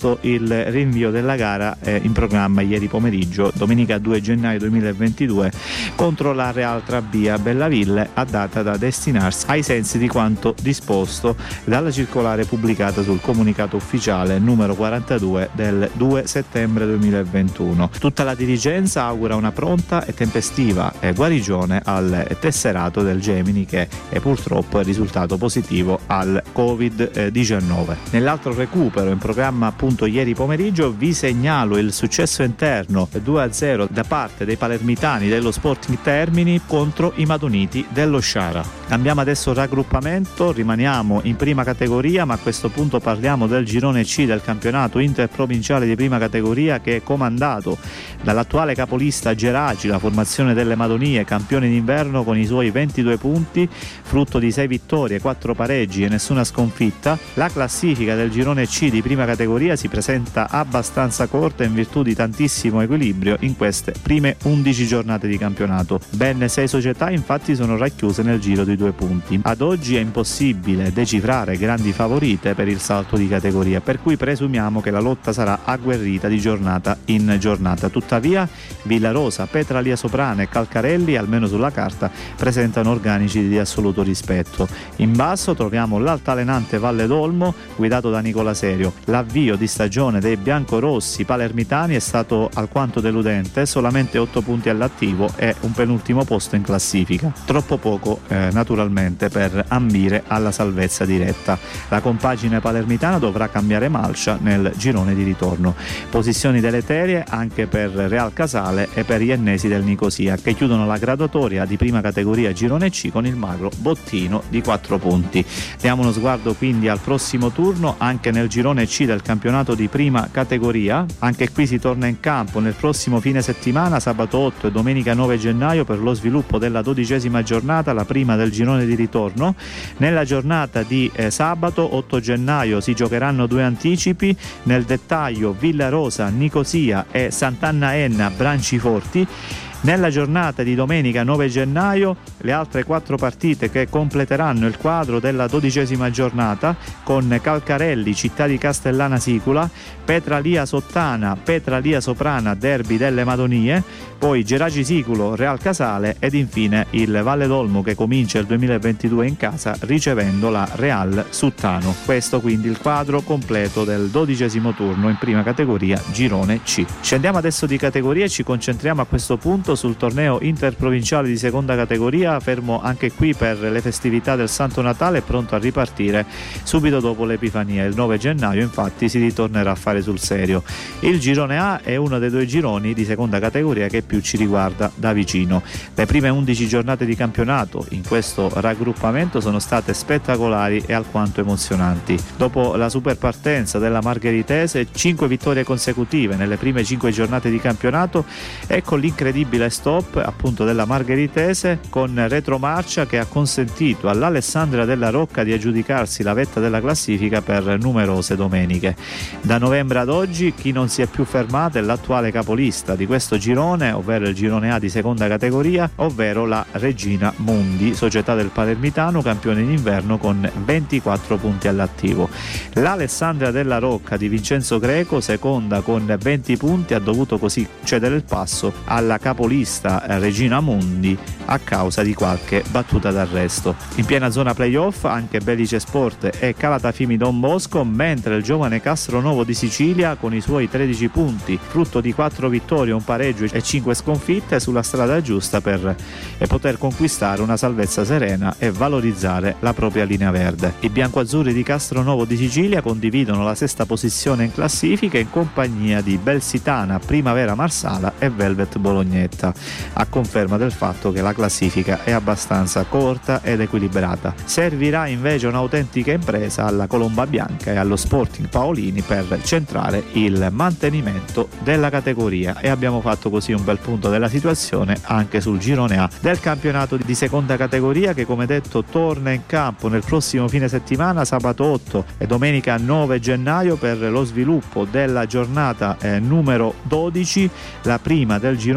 imposto il rinvio della gara eh, in programma ieri pomeriggio, domenica due gennaio duemilaventidue, contro la Real Trabia Bellaville, a data da destinarsi ai sensi di quanto disposto dalla circolare pubblicata sul comunicato ufficiale numero quarantadue del due settembre duemilaventuno. Tutta la dirigenza augura una pronta e tempestiva eh, guarigione al tesserato del Gemini, che è purtroppo è risultato positivo al covid diciannove. Nell'altro recupero in programma appunto ieri pomeriggio vi segnalo il successo interno due a zero da parte dei palermitani dello Sporting Termini contro i madoniti dello Sciara. Cambiamo adesso raggruppamento, rimaniamo in prima categoria, ma a questo punto parliamo del girone C del campionato interprovinciale di prima categoria, che è comandato dall'attuale capolista Geraci, la formazione delle Madonie, campione d'inverno con i suoi ventidue punti, frutto di sei vittorie, quattro pareggi e nessuna sconfitta. La classifica del girone C di prima categoria si presenta abbastanza corta in virtù di tantissimo equilibrio in queste prime undici giornate di campionato. Ben sei società infatti sono racchiuse nel giro di due punti. Ad oggi è impossibile decifrare grandi favorite per il salto di categoria, per cui presumiamo che la lotta sarà agguerrita di giornata in giornata. Tuttavia Villarosa, Petralia Soprana e Calcarelli, almeno sulla carta, presentano organici di assoluto rispetto. In basso troviamo l'altalenante Valle d'Olmo guidato da Nicola Serio. L'avvio di stagione dei biancorossi palermitani è stato alquanto deludente, solamente otto punti all'attivo e un penultimo posto in classifica. Troppo poco eh, naturalmente per ambire alla salvezza diretta. La compagine palermitana dovrà cambiare marcia nel girone di ritorno. Posizioni deleterie anche per Real Casale e per gli ennesi del Nicosia, che chiudono la graduatoria di prima categoria girone C con il magro bottino di quattro punti. Diamo uno sguardo quindi al prossimo turno anche nel girone C del campionato di prima categoria. Anche qui si torna in campo nel prossimo fine settimana, sabato otto e domenica nove gennaio, per lo sviluppo della dodicesima giornata, la prima del girone di ritorno. Nella giornata di eh, sabato otto gennaio si giocheranno due anticipi, nel dettaglio Villarosa, Nicosia e Sant'Anna Enna Branciforti. Nella giornata di domenica nove gennaio le altre quattro partite che completeranno il quadro della dodicesima giornata, con Calcarelli, Città di Castellana Sicula, Petralia Sottana, Petralia Soprana, derby delle Madonie, poi Geraci Siculo, Real Casale ed infine il Valle d'Olmo, che comincia il duemilaventidue in casa ricevendo la Real Suttano. Questo quindi il quadro completo del dodicesimo turno in prima categoria girone C. Scendiamo adesso di categoria e ci concentriamo a questo punto sul torneo interprovinciale di seconda categoria, fermo anche qui per le festività del Santo Natale, pronto a ripartire subito dopo l'Epifania. Il nove gennaio infatti si ritornerà a fare sul serio. Il girone A è uno dei due gironi di seconda categoria che più ci riguarda da vicino. Le prime undici giornate di campionato in questo raggruppamento sono state spettacolari e alquanto emozionanti. Dopo la super partenza della Margheritese, cinque vittorie consecutive nelle prime cinque giornate di campionato, ecco l'incredibile stop appunto della Margheritese con retromarcia che ha consentito all'Alessandria della Rocca di aggiudicarsi la vetta della classifica per numerose domeniche. Da novembre ad oggi chi non si è più fermato è l'attuale capolista di questo girone, ovvero il girone A di seconda categoria, ovvero la Regina Mundi, società del Palermitano, campione d'inverno con ventiquattro punti all'attivo. L'Alessandria della Rocca di Vincenzo Greco, seconda con venti punti, ha dovuto così cedere il passo alla capolista Regina Mundi a causa di qualche battuta d'arresto. In piena zona playoff anche Belice Sport e Calatafimi Don Bosco, mentre il giovane Castronovo di Sicilia con i suoi tredici punti, frutto di quattro vittorie, un pareggio e cinque sconfitte, sulla strada giusta per poter conquistare una salvezza serena e valorizzare la propria linea verde. I biancoazzurri di Castronovo di Sicilia condividono la sesta posizione in classifica in compagnia di Belsitana, Primavera Marsala e Velvet Bolognetta, a conferma del fatto che la classifica è abbastanza corta ed equilibrata. Servirà invece un'autentica impresa alla Colomba Bianca e allo Sporting Paolini per centrare il mantenimento della categoria, e abbiamo fatto così un bel punto della situazione anche sul girone A del campionato di seconda categoria, che come detto torna in campo nel prossimo fine settimana, sabato otto e domenica nove gennaio, per lo sviluppo della giornata eh, numero dodici, la prima del girone di ritorno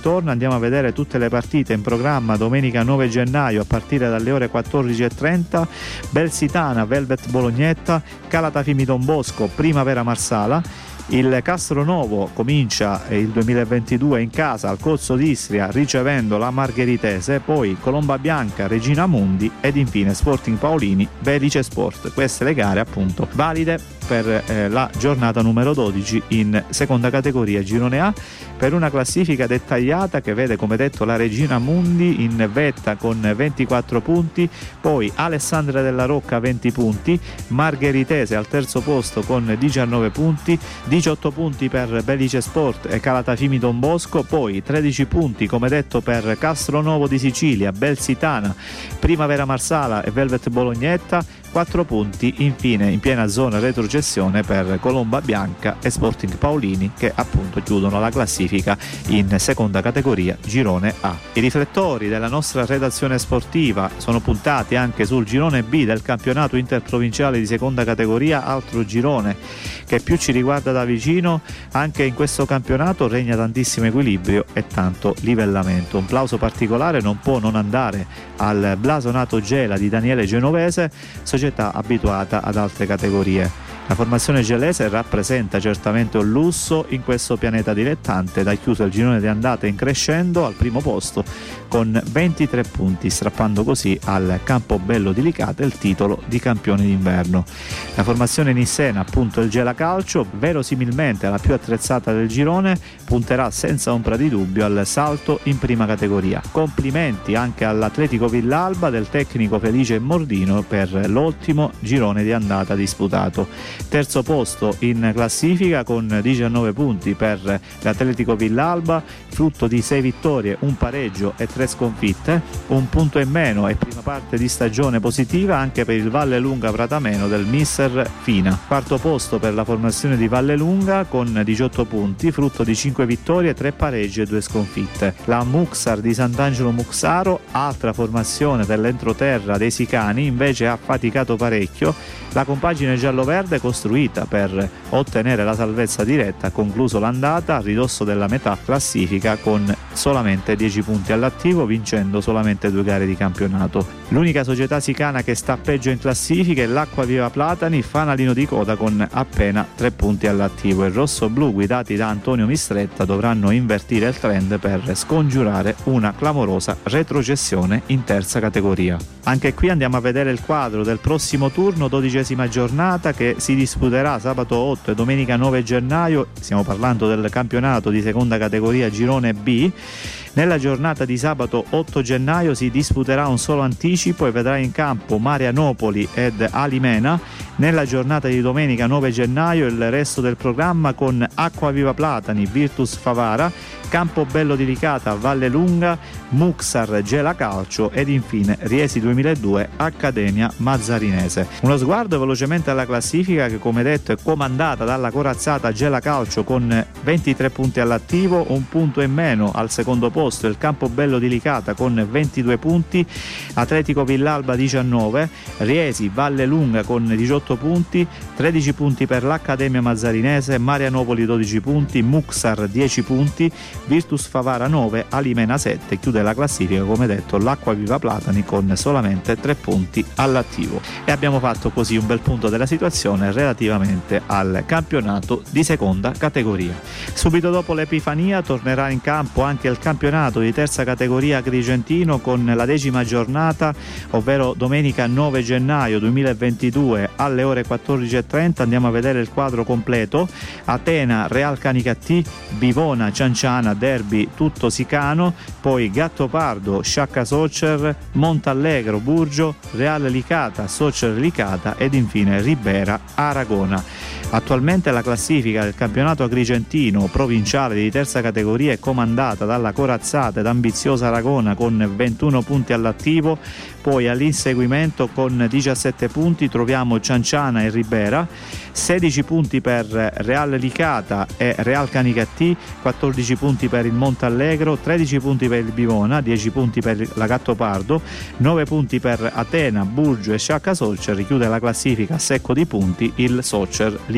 ritorno andiamo a vedere tutte le partite in programma domenica nove gennaio a partire dalle ore quattordici e trenta. Belsitana, Velvet Bolognetta, Calatafimi Don Bosco, Primavera Marsala. Il Castronovo comincia il duemilaventidue in casa al Cozzo d'Istria ricevendo la Margheritese, poi Colomba Bianca, Regina Mundi ed infine Sporting Paolini, Belice Sport. Queste le gare appunto valide per eh, la giornata numero dodici in seconda categoria Girone A, per una classifica dettagliata che vede come detto la Regina Mundi in vetta con ventiquattro punti, poi Alessandria della Rocca venti punti, Margheritese al terzo posto con diciannove punti, diciotto punti per Belice Sport e Calatafimi Don Bosco, poi tredici punti come detto per Castronovo di Sicilia, Belsitana, Primavera Marsala e Velvet Bolognetta, quattro punti infine in piena zona retrocessione per Colomba Bianca e Sporting Paolini, che appunto chiudono la classifica in seconda categoria Girone A. I riflettori della nostra redazione sportiva sono puntati anche sul Girone B del campionato interprovinciale di seconda categoria, altro girone che più ci riguarda da vicino. Anche in questo campionato regna tantissimo equilibrio e tanto livellamento. Un plauso particolare non può non andare al blasonato Gela di Daniele Genovese, società abituata ad altre categorie. La formazione gelese rappresenta certamente un lusso in questo pianeta dilettante, da chiuso il girone di andata in crescendo al primo posto con ventitré punti, strappando così al Campobello di Licata il titolo di campione d'inverno. La formazione nissena, appunto il Gela Calcio, verosimilmente la più attrezzata del girone, punterà senza ombra di dubbio al salto in prima categoria. Complimenti anche all'Atletico Villalba del tecnico Felice Mordino per l'ottimo girone di andata disputato. Terzo posto in classifica con diciannove punti per l'Atletico Villalba, frutto di sei vittorie, un pareggio e tre sconfitte, un punto in meno e prima parte di stagione positiva anche per il Vallelunga Pratameno del mister Fina. Quarto posto per la formazione di Vallelunga con diciotto punti, frutto di cinque vittorie, tre pareggi e due sconfitte. La Muxar di Sant'Angelo Muxaro, altra formazione dell'entroterra dei Sicani, invece ha faticato parecchio. La compagine giallo-verde, costruita per ottenere la salvezza diretta, ha concluso l'andata a ridosso della metà classifica con solamente dieci punti all'attivo, vincendo solamente due gare di campionato. L'unica società sicana che sta peggio in classifica è l'Acquaviva Platani, fanalino di coda con appena tre punti all'attivo. Il rosso-blu, guidati da Antonio Mistretta, dovranno invertire il trend per scongiurare una clamorosa retrocessione in terza categoria. Anche qui andiamo a vedere il quadro del prossimo turno, dodicesima giornata, che si disputerà sabato otto e domenica nove gennaio. Stiamo parlando del campionato di seconda categoria Girone B. Nella giornata di sabato otto gennaio si disputerà un solo anticipo e vedrà in campo Marianopoli ed Alimena. Nella giornata di domenica nove gennaio il resto del programma con Acquaviva Platani, Virtus Favara, Campobello di Licata, Vallelunga, Muxar, Gela Calcio ed infine Riesi duemiladue, Accademia Mazzarinese. Uno sguardo velocemente alla classifica che, come detto, è comandata dalla corazzata Gela Calcio con ventitré punti all'attivo, un punto in meno al secondo posto il Campobello di Licata con ventidue punti, Atletico Villalba diciannove, Riesi, Vallelunga con diciotto punti, tredici punti per l'Accademia Mazzarinese, Marianopoli dodici punti, Muxar dieci punti, Virtus Favara nove, Alimena sette. Chiude la classifica, come detto, l'Acquaviva Platani con solamente tre punti all'attivo. E abbiamo fatto così un bel punto della situazione relativamente al campionato di seconda categoria. Subito dopo l'Epifania tornerà in campo anche il campionato di terza categoria agrigentino con la decima giornata, ovvero domenica nove gennaio duemilaventidue alle ore quattordici e trenta. Andiamo a vedere il quadro completo: Atena, Real Canicattì, Bivona, Cianciana, derby tutto sicano, poi Gattopardo, Sciacca Soccer, Montallegro, Burgio, Real Licata, Soccer Licata ed infine Ribera, Aragona. Attualmente la classifica del campionato agrigentino provinciale di terza categoria è comandata dalla corazzata ed ambiziosa Aragona con ventuno punti all'attivo, poi all'inseguimento con diciassette punti troviamo Cianciana e Ribera, sedici punti per Real Licata e Real Canicattì, quattordici punti per il Montallegro, tredici punti per il Bivona, dieci punti per la Gattopardo, nove punti per Atena, Burgio e Sciacca Soccer. Richiude la classifica a secco di punti il Soccer Licata.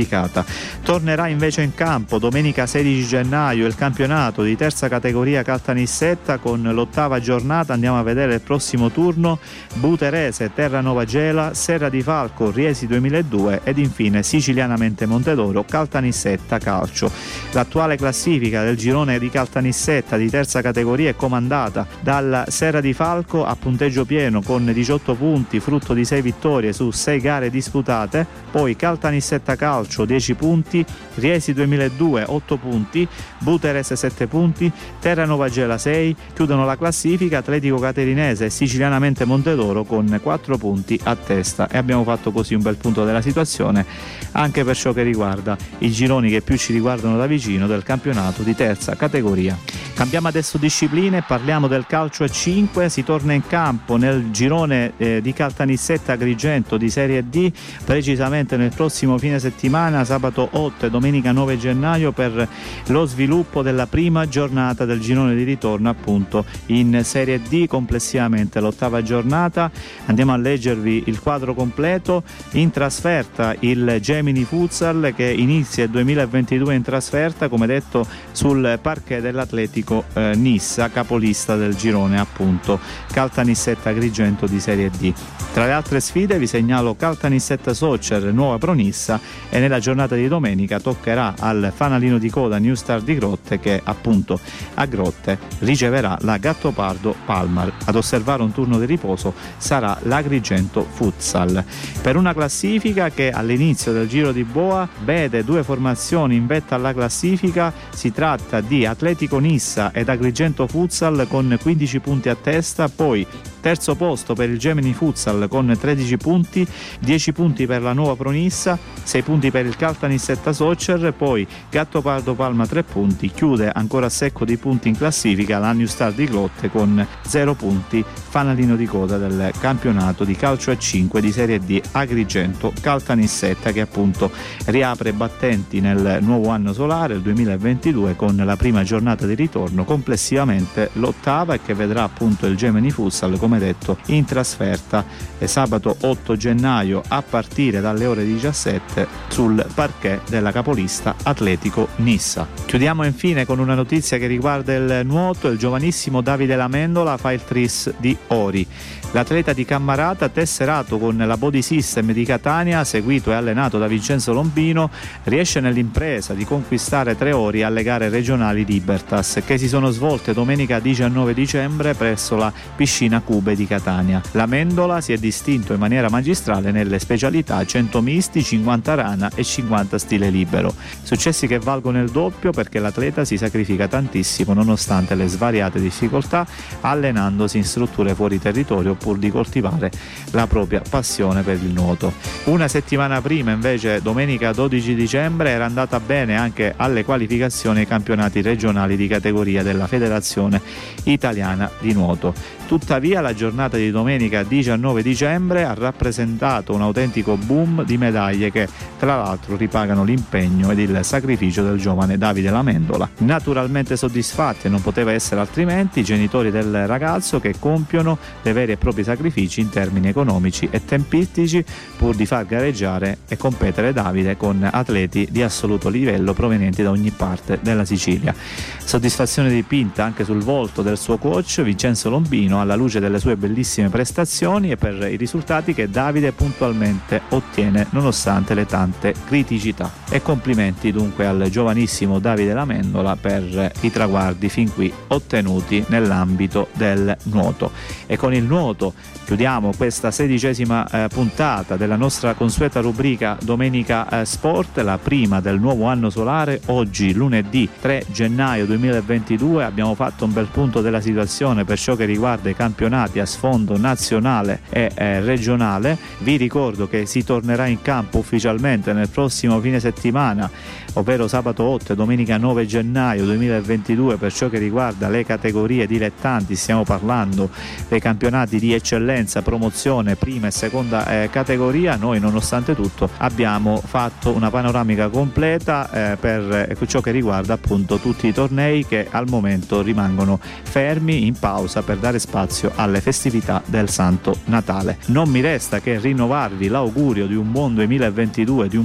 classificata. Tornerà invece in campo domenica sedici gennaio il campionato di terza categoria Caltanissetta con l'ottava giornata. Andiamo a vedere il prossimo turno: Buterese, Terranova Gela, Serra di Falco, Riesi duemiladue ed infine Sicilianamente Montedoro, Caltanissetta Calcio. L'attuale classifica del girone di Caltanissetta di terza categoria è comandata dalla Serra di Falco a punteggio pieno con diciotto punti, frutto di sei vittorie su sei gare disputate, poi Caltanissetta Calcio dieci punti, Riesi duemiladue otto punti, Buterese sette punti, Terranova Gela sei, chiudono la classifica Atletico Caterinese e Sicilianamente Montedoro con quattro punti a testa, e abbiamo fatto così un bel punto della situazione anche per ciò che riguarda i gironi che più ci riguardano da vicino del campionato di terza categoria. Cambiamo adesso discipline e parliamo del calcio a cinque. Si torna in campo nel girone eh, di Caltanissetta Agrigento di Serie D, precisamente nel prossimo fine settimana, sabato otto e domenica nove gennaio, per lo sviluppo della prima giornata del girone di ritorno appunto in Serie D, complessivamente l'ottava giornata. Andiamo a leggervi il quadro completo. In trasferta il Gemini Futsal, che inizia il duemilaventidue in trasferta, come detto, sul parquet dell'Atletico eh, Nissa, capolista del girone appunto Caltanissetta Agrigento di Serie D. Tra le altre sfide vi segnalo Caltanissetta Soccer Nuova Pronissa, e nella giornata di domenica toccherà al fanalino di coda New Star di Grotte, che appunto a Grotte riceverà la Gattopardo Palmar. Ad osservare un turno di riposo sarà l'Agrigento Futsal. Per una classifica che all'inizio del giro di boa vede due formazioni in vetta alla classifica, si tratta di Atletico Nissa ed Agrigento Futsal con quindici punti a testa, poi terzo posto per il Gemini Futsal con tredici punti, dieci punti per la Nuova Pronissa, sei punti per il Caltanissetta Soccer, poi Gattopardo Palma tre punti, chiude ancora a secco di punti in classifica la New Star di Grotte con zero punti, fanalino di coda del campionato di calcio a cinque di Serie D Agrigento Caltanissetta, che appunto riapre battenti nel nuovo anno solare, il duemilaventidue, con la prima giornata di ritorno, complessivamente l'ottava, e che vedrà appunto il Gemini Futsal, come detto, in trasferta eh, sabato otto gennaio a partire dalle ore diciassette sul parquet della capolista Atletico Nissa. Chiudiamo infine con una notizia che riguarda il nuoto. Il giovanissimo Davide Lamendola fa il tris di Ori. L'atleta di Cammarata, tesserato con la Body System di Catania, seguito e allenato da Vincenzo Lombino, riesce nell'impresa di conquistare tre ori alle gare regionali Libertas, che si sono svolte domenica diciannove dicembre presso la piscina Cube di Catania. L'Amendola si è distinto in maniera magistrale nelle specialità cento misti, cinquanta rana e cinquanta stile libero. Successi che valgono il doppio, perché l'atleta si sacrifica tantissimo nonostante le svariate difficoltà, allenandosi in strutture fuori territorio pur di coltivare la propria passione per il nuoto. Una settimana prima, invece, domenica dodici dicembre, era andata bene anche alle qualificazioni ai campionati regionali di categoria della Federazione Italiana di Nuoto. Tuttavia la giornata di domenica diciannove dicembre ha rappresentato un autentico boom di medaglie che tra l'altro ripagano l'impegno ed il sacrificio del giovane Davide Lamendola. Naturalmente soddisfatti, e non poteva essere altrimenti, i genitori del ragazzo, che compiono dei veri e propri sacrifici in termini economici e tempistici pur di far gareggiare e competere Davide con atleti di assoluto livello provenienti da ogni parte della Sicilia. Soddisfazione dipinta anche sul volto del suo coach Vincenzo Lombino, alla luce delle sue bellissime prestazioni e per i risultati che Davide puntualmente ottiene nonostante le tante criticità. E complimenti dunque al giovanissimo Davide Lamendola per i traguardi fin qui ottenuti nell'ambito del nuoto. E con il nuoto chiudiamo questa sedicesima eh, puntata della nostra consueta rubrica Domenica eh, Sport, la prima del nuovo anno solare. Oggi lunedì tre gennaio duemilaventidue abbiamo fatto un bel punto della situazione per ciò che riguarda i campionati a sfondo nazionale e eh, regionale. Vi ricordo che si tornerà in campo ufficialmente nel prossimo fine settimana, ovvero sabato otto e domenica nove gennaio duemilaventidue, per ciò che riguarda le categorie dilettanti. Stiamo parlando dei campionati di eccellenza, promozione, prima e seconda eh, categoria. Noi nonostante tutto abbiamo fatto una panoramica completa eh, per eh, ciò che riguarda appunto tutti i tornei che al momento rimangono fermi in pausa per dare spazio alle festività del Santo Natale. Non mi resta che rinnovarvi l'augurio di un buon duemilaventidue, di un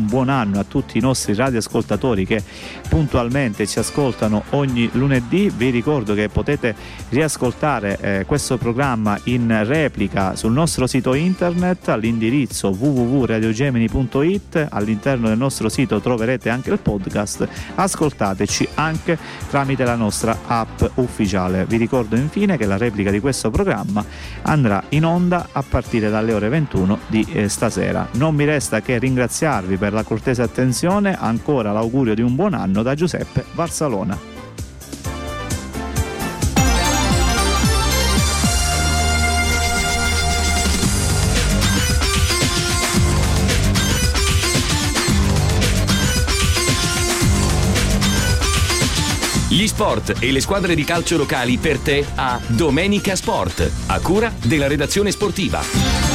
un buon anno a tutti i nostri radioascoltatori che puntualmente ci ascoltano ogni lunedì. Vi ricordo che potete riascoltare eh, questo programma in replica sul nostro sito internet all'indirizzo w w w punto radio gemini punto i t. All'interno del nostro sito troverete anche il podcast. Ascoltateci anche tramite la nostra app ufficiale. Vi ricordo infine che la replica di questo programma andrà in onda a partire dalle ore ventuno di eh, stasera. Non mi resta che ringraziarvi per la cortese attenzione. Ancora l'augurio di un buon anno da Giuseppe Varsalona. Gli sport e le squadre di calcio locali per te a Domenica Sport, a cura della redazione sportiva.